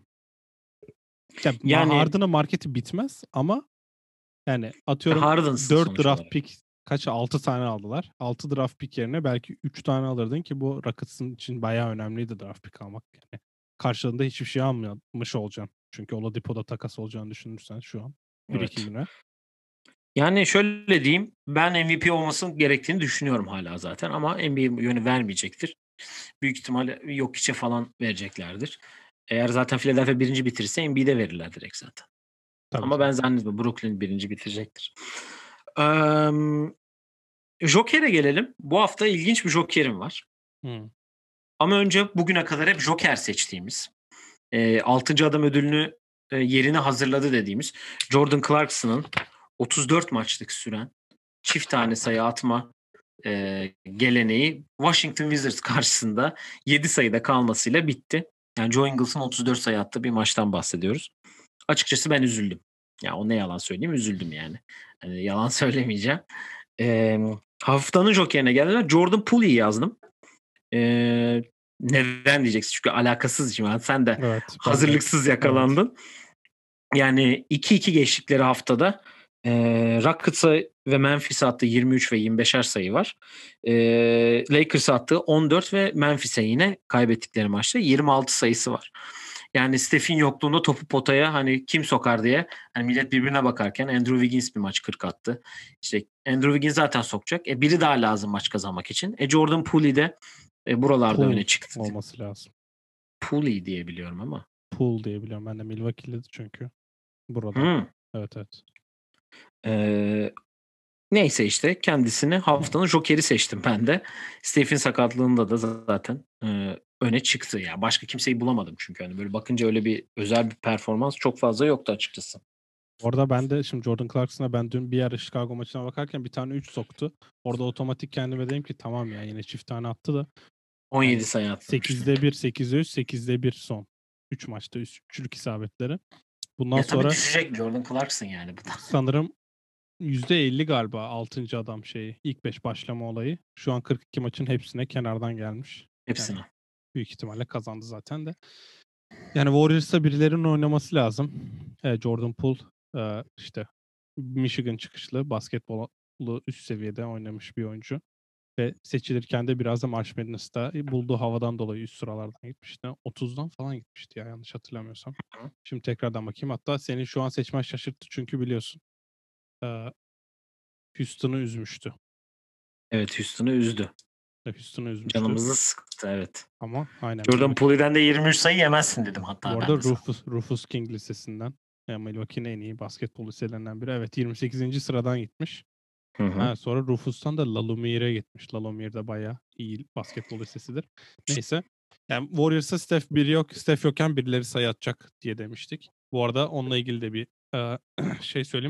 B: Ya Ma-
A: Yani
B: Harden'ın marketi bitmez ama yani atıyorum
A: Harden'sın
B: dört
A: sonuç
B: draft
A: olarak.
B: pick kaç altı tane aldılar. altı draft pick yerine belki üç tane alırdın ki bu Rockets'ın için bayağı önemliydi draft pick almak. Yani karşılığında hiçbir şey almamış olacaksın. Çünkü Oladipo'da takas olacağını düşünürsen şu an
A: Evet.
B: birikimine.
A: Yani şöyle diyeyim. Ben M V P olmasının gerektiğini düşünüyorum hala zaten ama N B A yönü vermeyecektir. Büyük ihtimalle Jokic'e falan vereceklerdir. Eğer zaten Philadelphia birinci bitirirse N B A'de verirler direkt zaten.
B: Tabii
A: Ama ben
B: tabii.
A: zannetmiyorum Brooklyn birinci bitirecektir. Eee Joker'e gelelim. Bu hafta ilginç bir Joker'im var.
B: Hı.
A: Ama önce bugüne kadar hep Joker seçtiğimiz, e, altıncı adam ödülünü e, yerine hazırladı dediğimiz Jordan Clarkson'ın otuz dört maçlık süren çift tane sayı atma e, geleneği Washington Wizards karşısında yedi sayıda kalmasıyla bitti. Yani Joe Ingles'ın otuz dört sayı attığı bir maçtan bahsediyoruz. Açıkçası ben üzüldüm. Ya o ne yalan söyleyeyim üzüldüm yani. Hani yalan söylemeyeceğim. E, haftanın Joker'ine geldiler. Jordan Poole'yi yazdım. E, neden diyeceksin? Çünkü alakasız şimdi. Sen de
B: Evet ben de
A: hazırlıksız
B: evet.
A: yakalandın. Yani iki iki geçtikleri haftada e, Rockets'a ve Memphis'e attığı yirmi üç ve yirmi beşer sayı var. E, Lakers'a attığı on dört ve Memphis'e yine kaybettikleri maçta yirmi altı sayısı var. Yani Steph'in yokluğunda topu potaya hani kim sokar diye hani millet birbirine bakarken Andrew Wiggins bir maç kırk attı. İşte Andrew Wiggins zaten sokacak. E, biri daha lazım maç kazanmak için. E, Jordan Poole de e, buralarda
B: Pool
A: öne çıktı.
B: olması lazım.
A: Pooley diye biliyorum ama.
B: Poole diye biliyorum ben de. Milwaukee'liydi çünkü. Burada.
A: Hmm.
B: Evet evet.
A: Ee, neyse işte kendisini haftanın jokeri seçtim ben de. Stephen sakatlığında da zaten e, öne çıktı. Yani başka kimseyi bulamadım çünkü hani böyle bakınca öyle bir özel bir performans çok fazla yoktu açıkçası.
B: Orada ben de şimdi Jordan Clarkson'a ben dün bir ara Chicago maçına bakarken bir tane üç soktu. Orada otomatik kendime dedim ki tamam ya yine çift tane attı da.
A: on yedi
B: Yani
A: sayı atmıştı.
B: sekizde bir, sekizde üç, sekizde bir son. üç maçta üç, üçlük isabetleri. Bundan
A: Ya tabii
B: sonra
A: düşecek Jordan Clarkson yani bu da.
B: sanırım yüzde elli galiba altıncı adam şeyi. İlk beş başlama olayı. Şu an kırk iki maçın hepsine kenardan gelmiş. Yani
A: Hepsini.
B: büyük ihtimalle kazandı zaten de. Yani Warriors'ta birilerinin oynaması lazım. E, Jordan Poole e, işte Michigan çıkışlı basketbolu üst seviyede oynamış bir oyuncu. Ve seçilirken de biraz da March Madness'ta bulduğu havadan dolayı üst sıralardan gitmişti. otuzdan falan gitmişti ya yanlış hatırlamıyorsam.
A: Hı.
B: Şimdi tekrardan bakayım. Hatta seni şu an seçmen şaşırttı çünkü biliyorsun. E, Houston'u üzmüştü.
A: Evet Houston'ı üzdü.
B: Houston'u üzmüştü.
A: Canımızı sıktı evet.
B: Ama aynen
A: Jordan
B: Milwaukee.
A: Poole'den de yirmi üç sayı yemezsin dedim
B: Bu
A: hatta
B: arada
A: ben de sana.
B: Rufus, Rufus King lisesinden. Yani Milwaukee'nin en iyi basketbol liselerinden biri. Evet yirmi sekizinci sıradan gitmiş.
A: Hı hı.
B: Ha, sonra Rufus'tan da Lalumire'e gitmiş. Lalumire de bayağı iyi basketbol lisesidir. Neyse. Yani Warriors'a Steph biri yok. Steph yokken birileri sayı atacak diye demiştik. Bu arada onunla ilgili de bir e, şey söyleyeyim.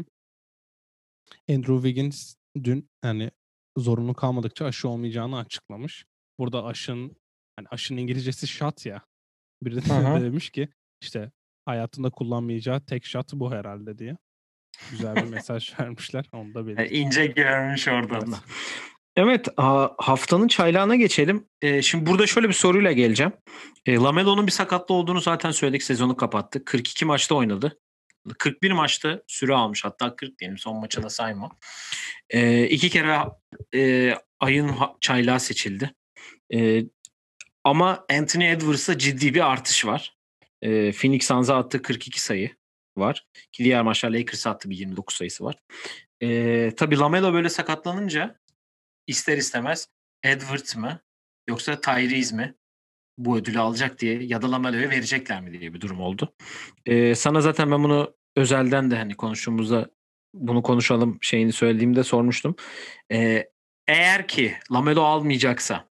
B: Andrew Wiggins dün hani zorunlu kalmadıkça aşı olmayacağını açıklamış. Burada aşının hani aşının İngilizcesi shot ya. Biri
A: Hı
B: de
A: hı.
B: demiş ki işte hayatında kullanmayacağı tek shot bu herhalde diye. Güzel bir mesaj vermişler. Onu da
A: Yani
B: belirteyim.
A: ince görmüş oradan da.
B: Evet.
A: Evet, a- haftanın çaylağına geçelim. E, şimdi burada şöyle bir soruyla geleceğim. E, Lamelo'nun bir sakatlı olduğunu zaten söyledik. Sezonu kapattı. kırk iki maçta oynadı. kırk bir maçta süre almış. Hatta kırk diyelim. Son maçı da sayma. E, iki kere e, ayın ha- çaylağı seçildi. E, ama Anthony Edwards'ta ciddi bir artış var. E, Phoenix Suns'a attığı kırk iki sayı var. Ki diğer maçlar Lakers'a attığı bir yirmi dokuz sayısı var. E, tabii Lamelo böyle sakatlanınca ister istemez Edwards mı yoksa Tyrese mi bu ödülü alacak diye ya da Lamelo'ya verecekler mi diye bir durum oldu. Ee, sana zaten ben bunu özelden de hani konuştuğumuzda bunu konuşalım şeyini söylediğimde sormuştum. Ee, eğer ki Lamelo almayacaksa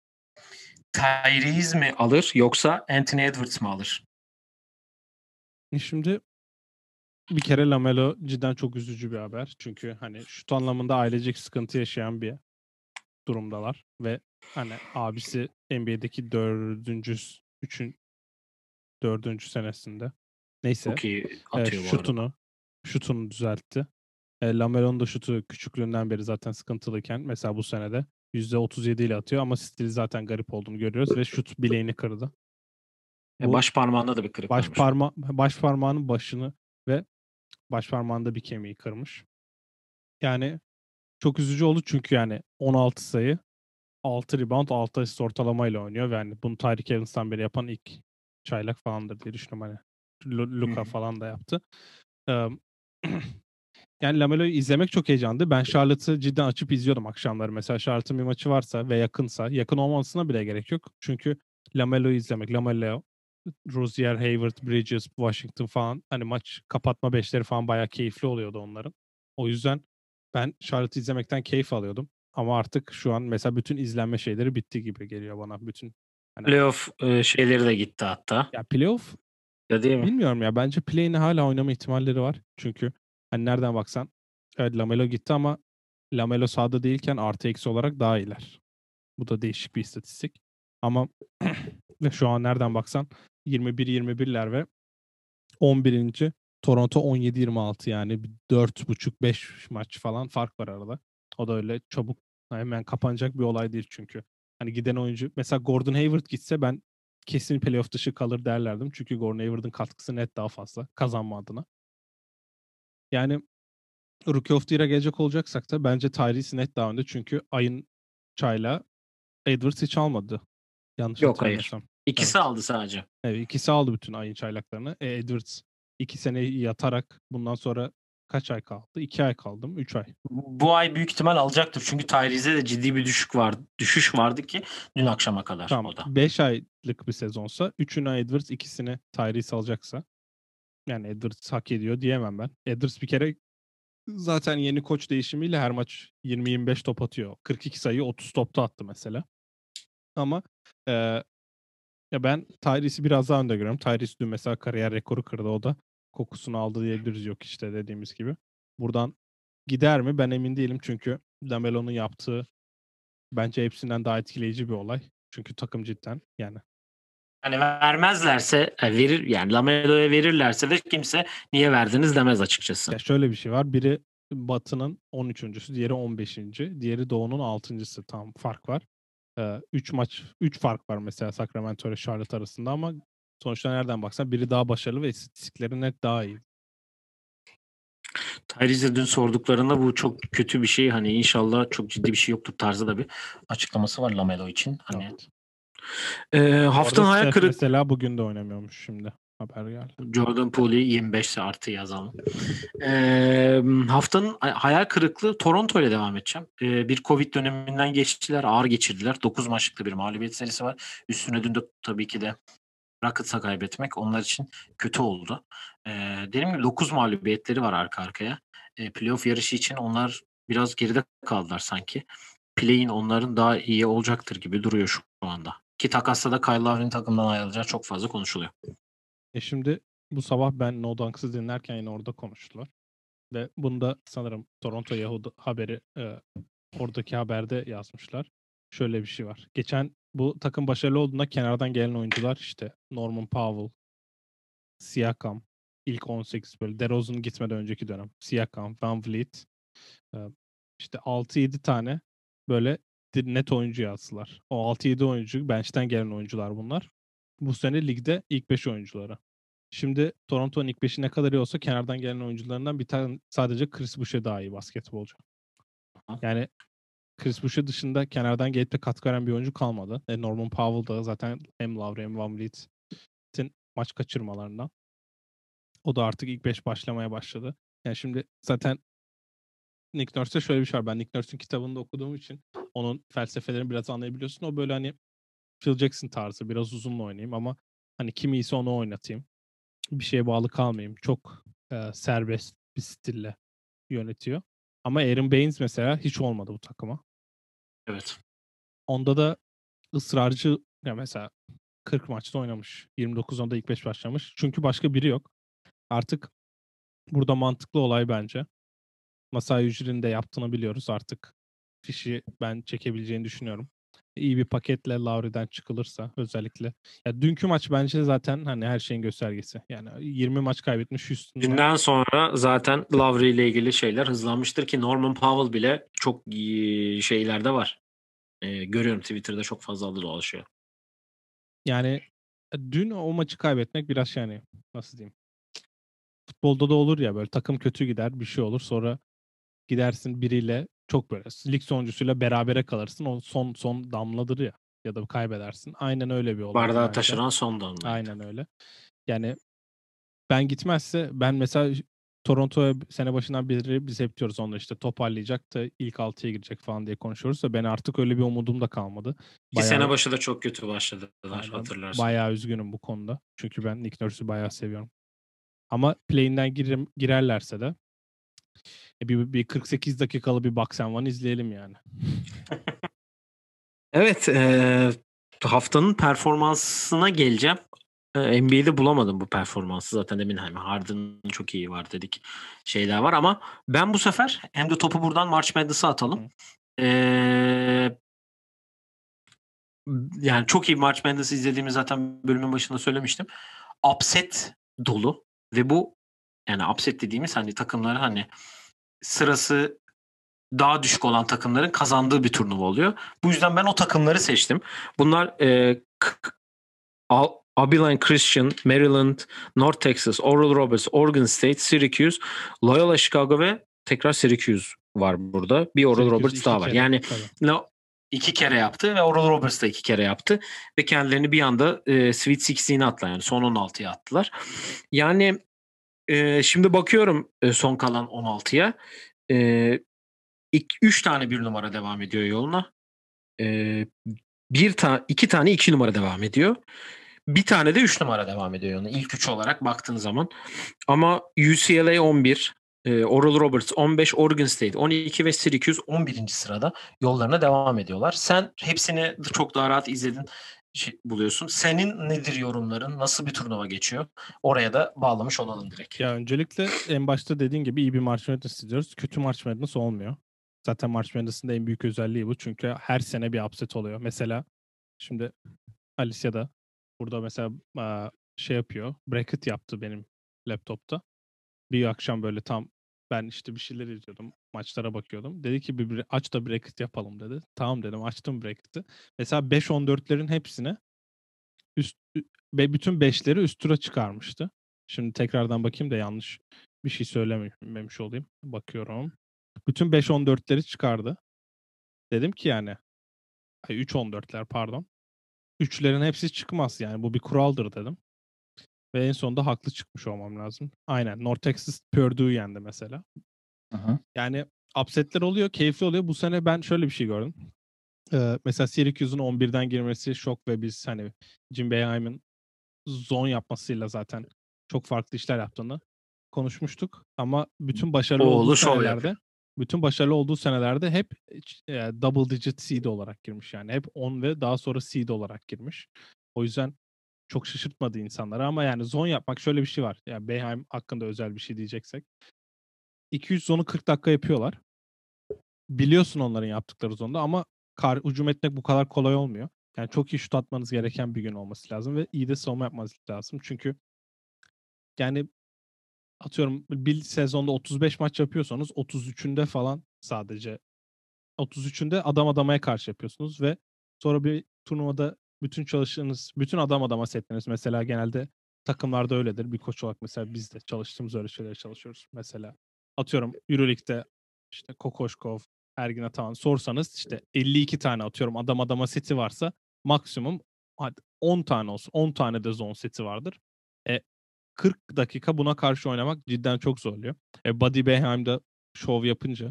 A: Tyrese mi alır yoksa Anthony Edwards mı alır?
B: Şimdi bir kere Lamelo cidden çok üzücü bir haber. Çünkü hani şut anlamında ailecek sıkıntı yaşayan bir durumdalar. Ve hani abisi N B A'deki dördüncü, üçün, dördüncü senesinde. Neyse.
A: Çok iyi
B: E,
A: atıyor bu arada.
B: şutunu, şutunu düzeltti. E, Lamelo'nun da şutu küçüklüğünden beri zaten sıkıntılıyken mesela bu senede yüzde otuz yedi ile atıyor ama stili zaten garip olduğunu görüyoruz ve şut bileğini kırdı.
A: E,
B: Bu
A: baş parmağında da bir kırık
B: baş
A: varmış.
B: parma baş parmağının başını ve baş parmağında bir kemiği kırmış. Yani çok üzücü oldu çünkü yani on altı sayı, altı rebound, altı asist ortalamayla oynuyor ve yani bunu Tyreek Evans'tan beri yapan ilk çaylak falandır diye düşünüyorum hani. Lu-
A: Hı
B: Luka
A: hı.
B: falan da yaptı. Eee, yani Lamelo'yu izlemek çok heyecanlı. Ben Charlotte'ı cidden açıp izliyordum akşamları. Mesela Charlotte'ın bir maçı varsa ve yakınsa, yakın olmasına bile gerek yok. Çünkü Lamelo'yu izlemek, Lamelo, Rozier, Hayward, Bridges, Washington falan hani maç kapatma beşleri falan bayağı keyifli oluyordu onların. O yüzden ben Charlotte'ı izlemekten keyif alıyordum. Ama artık şu an mesela bütün izlenme şeyleri bitti gibi geliyor bana. Bütün hani
A: Playoff e, şeyleri de gitti hatta.
B: ya playoff
A: Ya değil mi?
B: bilmiyorum ya bence play'ini hala oynama ihtimalleri var. Çünkü hani nereden baksan evet Lamelo gitti ama Lamelo sahada değilken artı eksi olarak daha iyiler. Bu da değişik bir istatistik. Ama ve şu an nereden baksan yirmi bir yirmi birler ve on birinci Toronto on yedi yirmi altı yani dört buçuk beş maç falan fark var arada. O da öyle çabuk hemen kapanacak bir olay değil çünkü. Hani giden oyuncu mesela Gordon Hayward gitse ben kesin playoff dışı kalır derlerdim. Çünkü Gordon Hayward'ın katkısı net daha fazla kazanma adına. Yani Rookie of the Year'a gelecek olacaksak da bence Tyrese net daha önde. Çünkü ayın çayla Edwards hiç almadı. Yanlış
A: Yok hayır.
B: hatırlamıyorsam.
A: İkisi
B: Evet.
A: aldı sadece.
B: Evet ikisi aldı bütün ayın çaylaklarını. E, Edwards iki sene yatarak bundan sonra kaç ay kaldı? iki ay kaldı mı? üç ay.
A: Bu ay büyük ihtimal alacaktır. Çünkü Tyrese'de de ciddi bir düşük var, düşüş vardı ki dün akşama kadar
B: Tamam.
A: o da.
B: beş aylık bir sezonsa üçünü Edwards, ikisini Tyrese alacaksa yani Edwards hak ediyor diyemem ben. Edwards bir kere zaten yeni koç değişimiyle her maç yirmi yirmi beş top atıyor. kırk iki sayı otuz topta attı mesela. Ama e, ya ben Tyrese'i biraz daha önde görüyorum. Tyrese dün mesela kariyer rekoru kırdı. O da kokusunu aldı diyebiliriz, yok işte dediğimiz gibi. Buradan gider mi? Ben emin değilim çünkü Lamelo'nun yaptığı bence hepsinden daha etkileyici bir olay. Çünkü takım cidden yani.
A: Hani vermezlerse e, verir yani Lamelo'ya verirlerse de kimse niye verdiniz demez açıkçası.
B: Ya şöyle bir şey var. Biri Batı'nın on üçüncüsü, diğeri on beşinci Diğeri Doğu'nun altıncısı Tam fark var. üç maç, üç fark var mesela Sacramento ile Charlotte arasında ama sonuçta nereden baksan biri daha başarılı ve istatistikleri net daha iyi.
A: Tyrese'e dün sorduklarında bu çok kötü bir şey. Hani inşallah çok ciddi bir şey yoktur tarzı da bir açıklaması var Lamelo için. Hani
B: Evet.
A: e, haftanın hayal
B: Steph
A: kırık
B: mesela bugün de oynamıyormuş şimdi. Haber geldi.
A: Jordan Poole'u yirmi beşse artı yazalım. E, haftanın hayal kırıklığı Toronto ile devam edeceğim. E, bir Covid döneminden geçtiler. Ağır geçirdiler. dokuz maçlık bir mağlubiyet serisi var. Üstüne dün de tabii ki de Rockets'a kaybetmek onlar için kötü oldu. E, dediğim gibi dokuz mağlubiyetleri var arka arkaya. E, playoff yarışı için onlar biraz geride kaldılar sanki. Play'in onların daha iyi olacaktır gibi duruyor şu anda. Ki takasta da Kyle Lowry'nin takımdan ayrılacağı çok fazla konuşuluyor.
B: E şimdi bu sabah ben No Dunks'ı dinlerken yine orada konuştular. Ve bunu da sanırım Toronto Yahoo haberi e, oradaki haberde yazmışlar. Şöyle bir şey var. Geçen bu takım başarılı olduğunda kenardan gelen oyuncular işte Norman Powell, Siakam, ilk on sekiz böyle DeRozan gitmeden önceki dönem. Siakam, Van Vliet, e, işte altı yedi tane böyle net oyuncu yazdılar. O altı yedi oyuncu bench'ten gelen oyuncular bunlar. Bu sene ligde ilk beş oyuncuları. Şimdi Toronto'nun ilk beşi ne kadar iyi olsa kenardan gelen oyuncularından bir tane sadece Chris Boucher daha iyi basketbolcu. Yani Chris Boucher dışında kenardan gelip de katkı veren bir oyuncu kalmadı. E, Norman Powell da zaten hem Lowry hem Van Vliet'in maç kaçırmalarından. O da artık ilk beş başlamaya başladı. Yani şimdi zaten Nick Nurse'te şöyle bir şey var. Ben Nick Nurse'un kitabını da okuduğum için onun felsefelerini biraz anlayabiliyorsun. O böyle hani Phil Jackson tarzı biraz uzunla oynayayım ama hani kim iyiyse onu oynatayım. Bir şeye bağlı kalmayayım. Çok e, serbest bir stille yönetiyor. Ama Aaron Baines mesela hiç olmadı bu takıma.
A: Evet.
B: Onda da ısrarcı ya mesela kırk maçta oynamış. yirmi dokuz onda ilk beş başlamış. Çünkü başka biri yok. Artık burada mantıklı olay bence. Masai Ujiri'nin de yaptığını biliyoruz artık. Fişi ben çekebileceğini düşünüyorum. İyi bir paketle Lowry'den çıkılırsa özellikle. Ya dünkü maç bence zaten hani her şeyin göstergesi. Yani yirmi maç kaybetmiş Houston'la.
A: Dünden sonra zaten Lowry ile ilgili şeyler hızlanmıştır ki Norman Powell bile çok iyi şeylerde var. Ee, görüyorum Twitter'da çok fazla adı dolaşıyor.
B: Yani dün o maçı kaybetmek biraz yani nasıl diyeyim. Futbolda da olur ya böyle takım kötü gider bir şey olur sonra gidersin biriyle çok böyle lig sonuncusuyla berabere kalırsın. O son son damladır ya ya da kaybedersin. Aynen öyle bir olaydı
A: Bardağı
B: bence.
A: taşıran son damlaydı.
B: Aynen öyle. Yani ben gitmezse ben mesela Toronto'ya sene başından beri biz hep diyoruz onlar işte toparlayacak da ilk altıya girecek falan diye konuşuyoruz da ben artık öyle bir umudum da kalmadı.
A: İki sene
B: Bayağı
A: başı da çok kötü başladılar
B: aynen
A: hatırlarsan.
B: bayağı üzgünüm bu konuda. Çünkü ben Nick Nurse'ü bayağı seviyorum. Ama play'inden girer, girerlerse de e, bir, bir kırk sekiz dakikalı bir box and one izleyelim yani.
A: Evet, e, haftanın performansına geleceğim. E, N B A'de bulamadım bu performansı. Zaten demin hani Harden'ın çok iyi var dedik. Şeyler var ama ben bu sefer hem de topu buradan March Madness'a atalım. E, yani çok iyi March Madness izlediğimi zaten bölümün başında söylemiştim. Upset dolu ve bu yani upset dediğimiz hani takımları hani sırası daha düşük olan takımların kazandığı bir turnuva oluyor. Bu yüzden ben o takımları seçtim. Bunlar e, Abilene Christian, Maryland, North Texas, Oral Roberts, Oregon State, Syracuse, Loyola Chicago ve tekrar Syracuse var burada. Bir Oral
B: Syracuse
A: Roberts
B: iki
A: daha var.
B: kere,
A: Yani
B: tabii.
A: no, iki kere yaptı ve Oral Roberts da iki kere yaptı. Ve kendilerini bir anda e, Sweet sixteen'e attılar. Yani son on altıya attılar. Yani Ee, şimdi bakıyorum e, son kalan on altıya. Ee, üç tane bir numara devam ediyor yoluna. Ee, bir ta iki tane iki numara devam ediyor. Bir tane de üç numara devam ediyor yoluna. İlk üç olarak baktığın zaman. Ama U C L A on bir, e, Oral Roberts on beş, Oregon State on iki ve Syracuse on birinci sırada yollarına devam ediyorlar. Sen hepsini çok daha rahat izledin şey, buluyorsun. Senin nedir yorumların? Nasıl bir turnuva geçiyor? Oraya da bağlamış olalım direkt.
B: Ya öncelikle en başta dediğin gibi iyi bir March Madness izliyoruz. Kötü March Madness olmuyor. Zaten March Madness'ın da en büyük özelliği bu. Çünkü her sene bir upset oluyor. Mesela şimdi Alicia da burada mesela aa, şey yapıyor. Bracket yaptı benim laptopta. Bir akşam böyle tam ben işte bir şeyler izliyordum. Maçlara bakıyordum. Dedi ki bir, bir aç da bracket yapalım dedi. Tamam dedim, açtım bracket'ı. Mesela beş on dörtlerin hepsini üst ve bütün beşleri üst tura çıkarmıştı. Şimdi tekrardan bakayım da yanlış bir şey söylememiş olayım. Bakıyorum. Bütün beş on dörtleri çıkardı. Dedim ki yani üç on dörtler pardon. Üçlerin hepsi çıkmaz yani bu bir kuraldır dedim. Ve en sonunda haklı çıkmış olmam lazım. Aynen. North Texas Purdue'yu yendi mesela.
A: Hı hı.
B: Yani upsetler oluyor, keyifli oluyor. Bu sene ben şöyle bir şey gördüm. Ee, mesela Syracuse'un on birden girmesi şok ve biz hani Jim Boeheim'in zone yapmasıyla zaten çok farklı işler yaptığını konuşmuştuk. Ama bütün başarılı olduğu
A: Oğlu şov yapıyor.
B: senelerde bütün başarılı olduğu senelerde hep e, double digit seed olarak girmiş yani. Hep on ve daha sonra seed olarak girmiş. O yüzden çok şaşırtmadı insanları ama yani zone yapmak şöyle bir şey var. Yani Boeheim hakkında özel bir şey diyeceksek. iki yüz zone'u kırk dakika yapıyorlar. Biliyorsun onların yaptıkları zonda ama kar, hücum etmek bu kadar kolay olmuyor. Yani çok iyi şut atmanız gereken bir gün olması lazım ve iyi de savunma yapmanız lazım. Çünkü yani atıyorum bir sezonda otuz beş maç yapıyorsanız otuz üçünde falan sadece otuz üçünde adam adamaya karşı yapıyorsunuz ve sonra bir turnuvada bütün çalıştığınız, bütün adam adama setleriniz mesela genelde takımlarda öyledir. Bir koç olarak mesela biz de çalıştığımız öyle şeylere çalışıyoruz. Mesela atıyorum Euroleague'de işte Kokoşkov, Ergin Ataman sorsanız işte elli iki tane atıyorum adam adama seti varsa maksimum hadi on tane olsun. on tane de zone seti vardır. E, kırk dakika buna karşı oynamak cidden çok zorluyor. E, Buddy Boeheim'de şov yapınca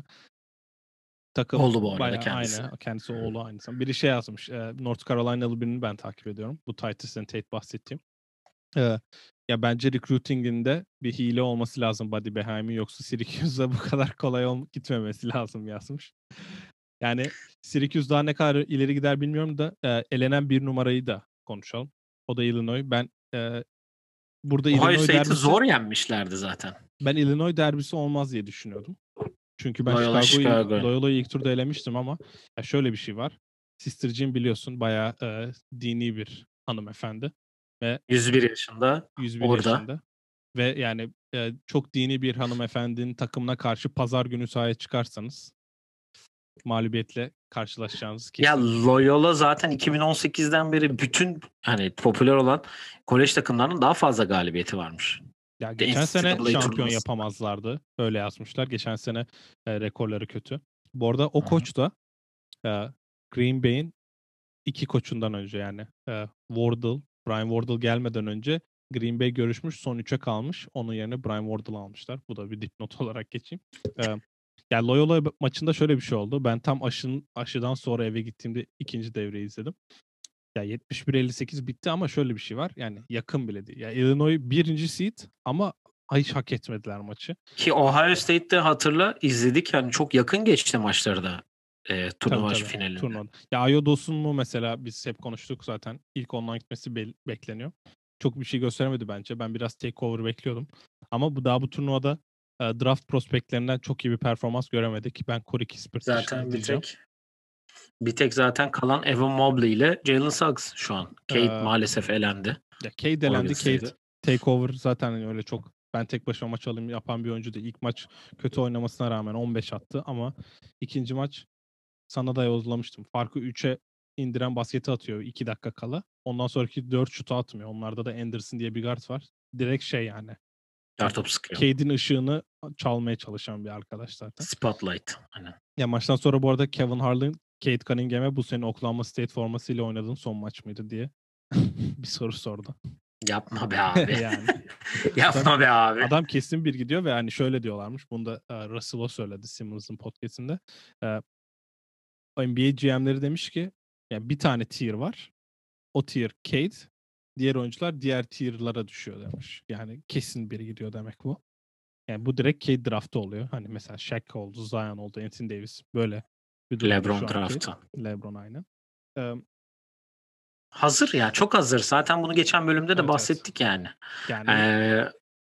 B: takım
A: Oldu bu arada
B: bayağı
A: kendisi.
B: aynı. Kendisi oğlu aynısı. Biri şey yazmış. E, North Carolina'lı birini ben takip ediyorum. Bu Titus and Tate bahsettiğim. E, ya bence recruiting'inde bir hile olması lazım Buddy Boeheim'in. Yoksa Syracuse'da bu kadar kolay ol- gitmemesi lazım yazmış. Yani Syracuse daha ne kadar ileri gider bilmiyorum da e, elenen bir numarayı da konuşalım. O da Illinois. Ben e, burada
A: Ohio
B: Illinois
A: State'i
B: derbisi
A: zor yenmişlerdi zaten.
B: ben Illinois derbisi olmaz diye düşünüyordum. Çünkü ben
A: Loyola
B: Chicago'yu
A: Chicago.
B: Loyola'yı ilk turda elemiştim ama ya şöyle bir şey var. Sister Jean biliyorsun bayağı e, dini bir hanımefendi ve
A: yüz bir yaşında
B: yüz bir
A: orada.
B: yaşında ve yani e, çok dini bir hanımefendinin takımına karşı pazar günü sahaya çıkarsanız mağlubiyetle karşılaşacağınız
A: Ya
B: kesin.
A: Loyola zaten iki bin on sekizden beri bütün hani popüler olan kolej takımlarının daha fazla galibiyeti varmış.
B: Ya
A: De
B: geçen sene
A: N C A A
B: şampiyon
A: turnuvasında.
B: yapamazlardı. Öyle yazmışlar. Geçen sene e, rekorları kötü. Bu arada o
A: Hı hı.
B: koç da e, Green Bay'in iki koçundan önce yani e, Wardle, Brian Wardle gelmeden önce Green Bay görüşmüş, son üçe kalmış. Onun yerine Brian Wardle almışlar. Bu da bir dipnot olarak geçeyim. E, yani Loyola maçında şöyle bir şey oldu. Ben tam aşının aşıdan sonra eve gittiğimde ikinci devreyi izledim. Ya yetmiş bir elli sekiz bitti ama şöyle bir şey var. Yani yakın bile değil. Ya Illinois birinci seed ama hiç hak etmediler maçı.
A: Ki Ohio State'te hatırla izledik yani çok yakın geçti maçları da e,
B: Tabii
A: turnuva
B: tabii.
A: finalinde.
B: Turnuvada. Ya Iodos'un mu mesela biz hep konuştuk zaten. İlk ondan gitmesi be- bekleniyor. Çok bir şey gösteremedi bence. Ben biraz takeover bekliyordum. Ama bu daha bu turnuvada e, draft prospektlerinden çok iyi bir performans göremedik. Ben Corey Kispert dışında
A: Zaten bir
B: diyeceğim.
A: tek bir tek zaten kalan Evan Mobley ile Jalen Suggs şu an. Kate
B: Ee,
A: maalesef elendi.
B: ya Cade
A: Oregon
B: elendi. Cade
A: State'e.
B: takeover zaten hani öyle çok ben tek başıma maç alayım yapan bir oyuncu değil. İlk maç kötü oynamasına rağmen on beş attı ama ikinci maç sana da yozlamıştım. Farkı üçe indiren basketi atıyor iki dakika kala. Ondan sonraki dört şutu atmıyor. Onlarda da Anderson diye bir guard var. Direkt şey yani. Yani
A: Kartop sıkıyor.
B: Cade'in ışığını çalmaya çalışan bir arkadaş zaten.
A: Spotlight. Aynen.
B: Ya maçtan sonra bu arada Kevin Harlan Cade Cunningham'e bu sene Oklahoma State formasıyla oynadığın son maç mıydı diye bir soru sordu.
A: Yapma be abi.
B: Yani.
A: Yapma
B: Adam,
A: be abi.
B: adam kesin bir gidiyor ve hani şöyle diyorlarmış. Bunu da e, Russell o söyledi Simmons'ın podcast'inde. E, N B A G M'leri demiş ki yani bir tane tier var. O tier Cade. Diğer oyuncular diğer tier'lara düşüyor demiş. Yani kesin biri gidiyor demek bu. Yani bu direkt Cade draftı oluyor. Hani mesela Shaq oldu, Zion oldu, Anthony Davis. Böyle bir durumda
A: LeBron
B: şu an Cade.
A: draftı.
B: LeBron aynen. Ee,
A: Hazır ya, çok hazır. Zaten bunu geçen bölümde de
B: evet,
A: bahsettik
B: evet.
A: yani.
B: Yani
A: Ee,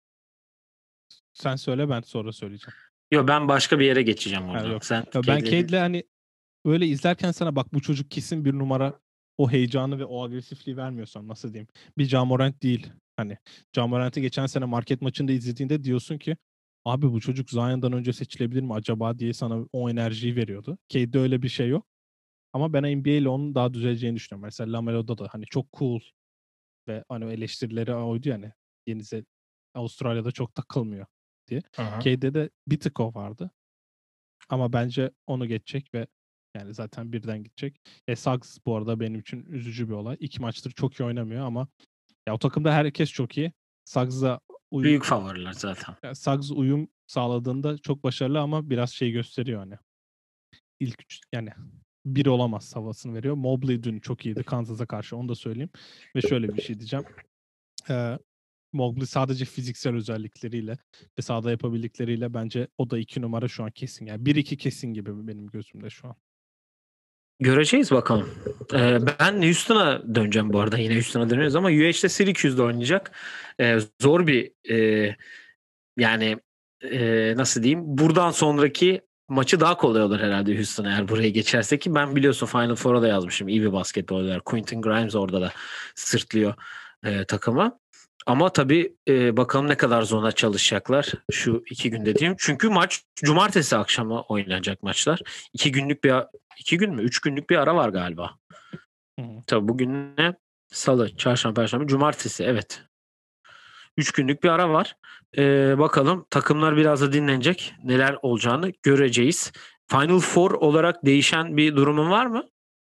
B: sen söyle ben sonra söyleyeceğim.
A: yo ben başka bir yere geçeceğim
B: Ha,
A: orada.
B: yok.
A: Sen
B: Ya ben
A: Cade'le
B: Cade'le hani öyle izlerken sana bak bu çocuk kesin bir numara, o heyecanı ve o agresifliği vermiyorsan nasıl diyeyim. Bir Ja Morant değil. Hani Ja Morant'i geçen sene market maçında izlediğinde diyorsun ki abi bu çocuk Zion'dan önce seçilebilir mi acaba diye sana o enerjiyi veriyordu. Cade'de öyle bir şey yok. Ama ben N B A ile onun daha düzeleceğini düşünüyorum. Mesela Lamelo'da da hani çok cool ve hani eleştirileri oydu yani. Yeni Zel- Avustralya'da çok takılmıyor diye. Cade'de de bir tık o vardı. Ama bence onu geçecek ve yani zaten birden gidecek. E Suggs bu arada benim için üzücü bir olay. İki maçtır çok iyi oynamıyor ama ya o takımda herkes çok iyi. Suggs'a uyum,
A: büyük favoriler zaten.
B: yani Suggs uyum sağladığında çok başarılı ama biraz şey gösteriyor hani. İlk üç yani bir olamaz havasını veriyor. Mobley dün çok iyiydi Kansas'a karşı, onu da söyleyeyim. Ve şöyle bir şey diyeceğim. Ee, Mobley sadece fiziksel özellikleriyle ve sahada yapabildikleriyle bence o da iki numara şu an kesin. Yani bir iki kesin gibi benim gözümde şu an.
A: Göreceğiz bakalım. Ee, ben Houston'a döneceğim bu arada. Yine Houston'a dönüyoruz ama U H'de Syracuse'da oynayacak. Ee, zor bir e, yani e, nasıl diyeyim? Buradan sonraki maçı daha kolay olur herhalde Houston eğer buraya geçerse, ki ben biliyorsun Final Four'a da yazmışım. İyi bir basketbolcular. Quentin Grimes orada da sırtlıyor e, takıma. Ama tabii e, bakalım ne kadar zona çalışacaklar şu iki günde diyeyim. Çünkü maç cumartesi akşamı oynanacak maçlar. İki günlük bir iki gün mü? Üç günlük bir ara var galiba.
B: Hı hı.
A: Tabii bugün ne? Salı, çarşamba, perşembe, cumartesi. Evet. Üç günlük bir ara var. Ee, bakalım takımlar biraz da dinlenecek. Neler olacağını göreceğiz. Final Four olarak değişen bir durumun var mı?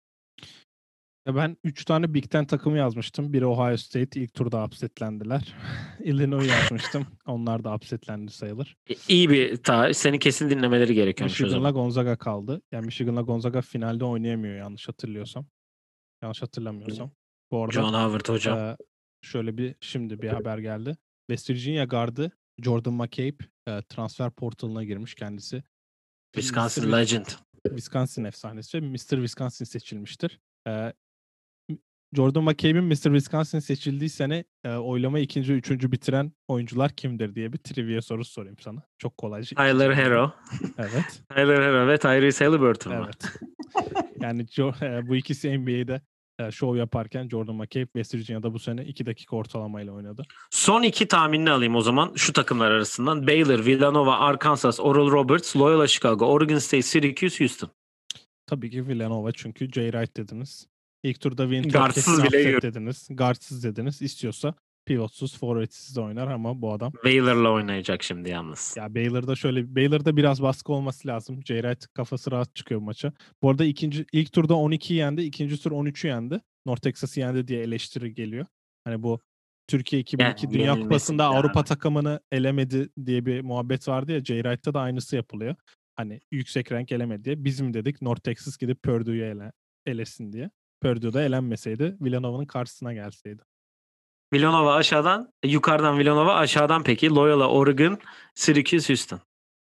B: Ya ben üç tane Big Ten takımı yazmıştım. Biri Ohio State, ilk turda upsetlendiler. Illinois yazmıştım. Onlar da upsetlendi sayılır.
A: E, İyi bir tarih. Seni kesin dinlemeleri gerekiyormuş o
B: Michigan'la
A: zaman.
B: Gonzaga kaldı. Yani Michigan'la Gonzaga finalde oynayamıyor yanlış hatırlıyorsam. Yanlış hatırlamıyorsam. Bu arada
A: John Howard hocam.
B: e, şöyle bir şimdi bir haber geldi. West Virginia gardı Jordan McCabe e, transfer portalına girmiş kendisi.
A: Wisconsin
B: mister
A: Legend.
B: Wisconsin efsanesi. mister Wisconsin seçilmiştir. E, Jordan McCabe'in mister Wisconsin seçildiği sene e, oylama ikinci, üçüncü bitiren oyuncular kimdir diye bir trivia sorusu sorayım sana. Çok kolayca.
A: Tyler Hero.
B: Evet.
A: Tyler Hero ve Tyrese Haliburton mu?
B: Evet. Yani jo- e, bu ikisi N B A'de e, şov yaparken Jordan McCabe West Virginia'da bu sene iki dakika ortalamayla oynadı.
A: Son iki tahminini alayım o zaman şu takımlar arasından. Baylor, Villanova, Arkansas, Oral Roberts, Loyola Chicago, Oregon State, Syracuse, Houston.
B: Tabii ki Villanova çünkü Jay Wright dediniz. İlk turda Winthrop
A: Guardsız
B: kesin
A: bile
B: upset
A: gör.
B: dediniz. Guardsız dediniz. İstiyorsa pivotsuz, forvetsiz de oynar ama bu adam.
A: Baylor'la oynayacak şimdi yalnız.
B: Ya Baylor'da şöyle Baylor'da biraz baskı olması lazım. Jay Wright kafası rahat çıkıyor bu maça. Bu arada ikinci ilk turda on ikiyi yendi, ikinci tur on üçü yendi. North Texas'ı yendi diye eleştiri geliyor. Hani bu Türkiye iki bin iki
A: Yani
B: Dünya
A: yenilmesi
B: Kupası'nda
A: bir
B: Avrupa
A: daha.
B: takımını elemedi diye bir muhabbet vardı ya. Jay Wright'ta da aynısı yapılıyor. Hani yüksek rank elemedi diye. Bizim dedik North Texas gidip Purdue'yu ele, elesin diye. Purdue'da elenmeseydi Villanova'nın karşısına gelseydi.
A: Villanova aşağıdan, yukarıdan Villanova, aşağıdan peki Loyola, Oregon, Syracuse, Houston.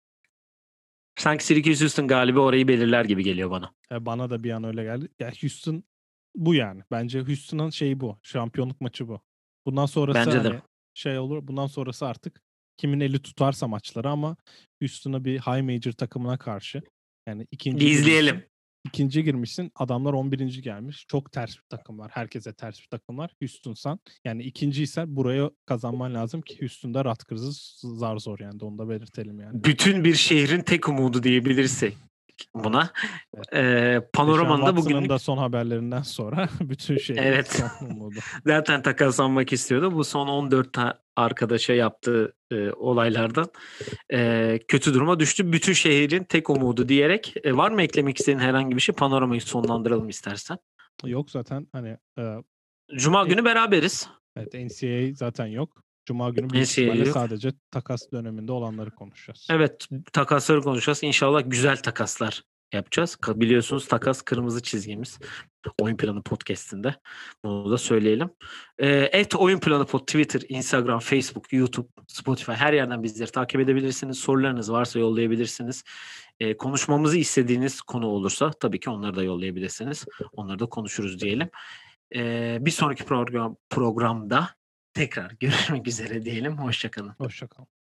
A: Sanki Syracuse Houston galibi orayı belirler gibi geliyor bana.
B: E, bana da bir an öyle geldi. Ya Houston bu yani. Bence Houston'ın şeyi bu. Şampiyonluk maçı bu. Bundan sonrası
A: Bence de.
B: hani şey olur. Bundan sonrası artık kimin eli tutarsa maçları ama Houston'a bir high major takımına karşı yani ikinci
A: Bir izleyelim.
B: girmişsin. İkinci girmişsin. Adamlar on birinci gelmiş. Çok ters bir takım var. Herkese ters bir takım var. Houston'san yani ikinciysen buraya kazanman lazım ki Houston'da Rutgers'ı zar zor yani. Onu da belirtelim yani.
A: Bütün bir şehrin tek umudu diyebilirsek buna.
B: Evet.
A: Ee, Panorama'nın da bugünlük...
B: da son haberlerinden sonra bütün şehrin
A: Evet.
B: son umudu.
A: Zaten takaslanmak istiyordu. Bu son on dört ta arkadaşa yaptığı e, olaylardan e, kötü duruma düştü. Bütün şehrin tek umudu diyerek. E, var mı eklemek istediğin herhangi bir şey? Panoramayı sonlandıralım istersen.
B: Yok zaten hani e,
A: Cuma
B: e,
A: günü beraberiz.
B: Evet, N C A A zaten yok. Cuma günü büyük
A: N C A A
B: ihtimalle
A: yok.
B: sadece takas döneminde olanları konuşacağız.
A: Evet, takasları konuşacağız. İnşallah güzel takaslar yapacağız. Ka- Biliyorsunuz takas kırmızı çizgimiz. Oyun Planı Podcast'inde. Bunu da söyleyelim. Ee, et Oyun Planı Pod Twitter, Instagram, Facebook, YouTube, Spotify her yerden bizleri takip edebilirsiniz. Sorularınız varsa yollayabilirsiniz. Ee, konuşmamızı istediğiniz konu olursa tabii ki onları da yollayabilirsiniz. Onları da konuşuruz diyelim. Ee, bir sonraki program programda tekrar görüşmek üzere diyelim. Hoşça kalın.
B: Hoşça kalın.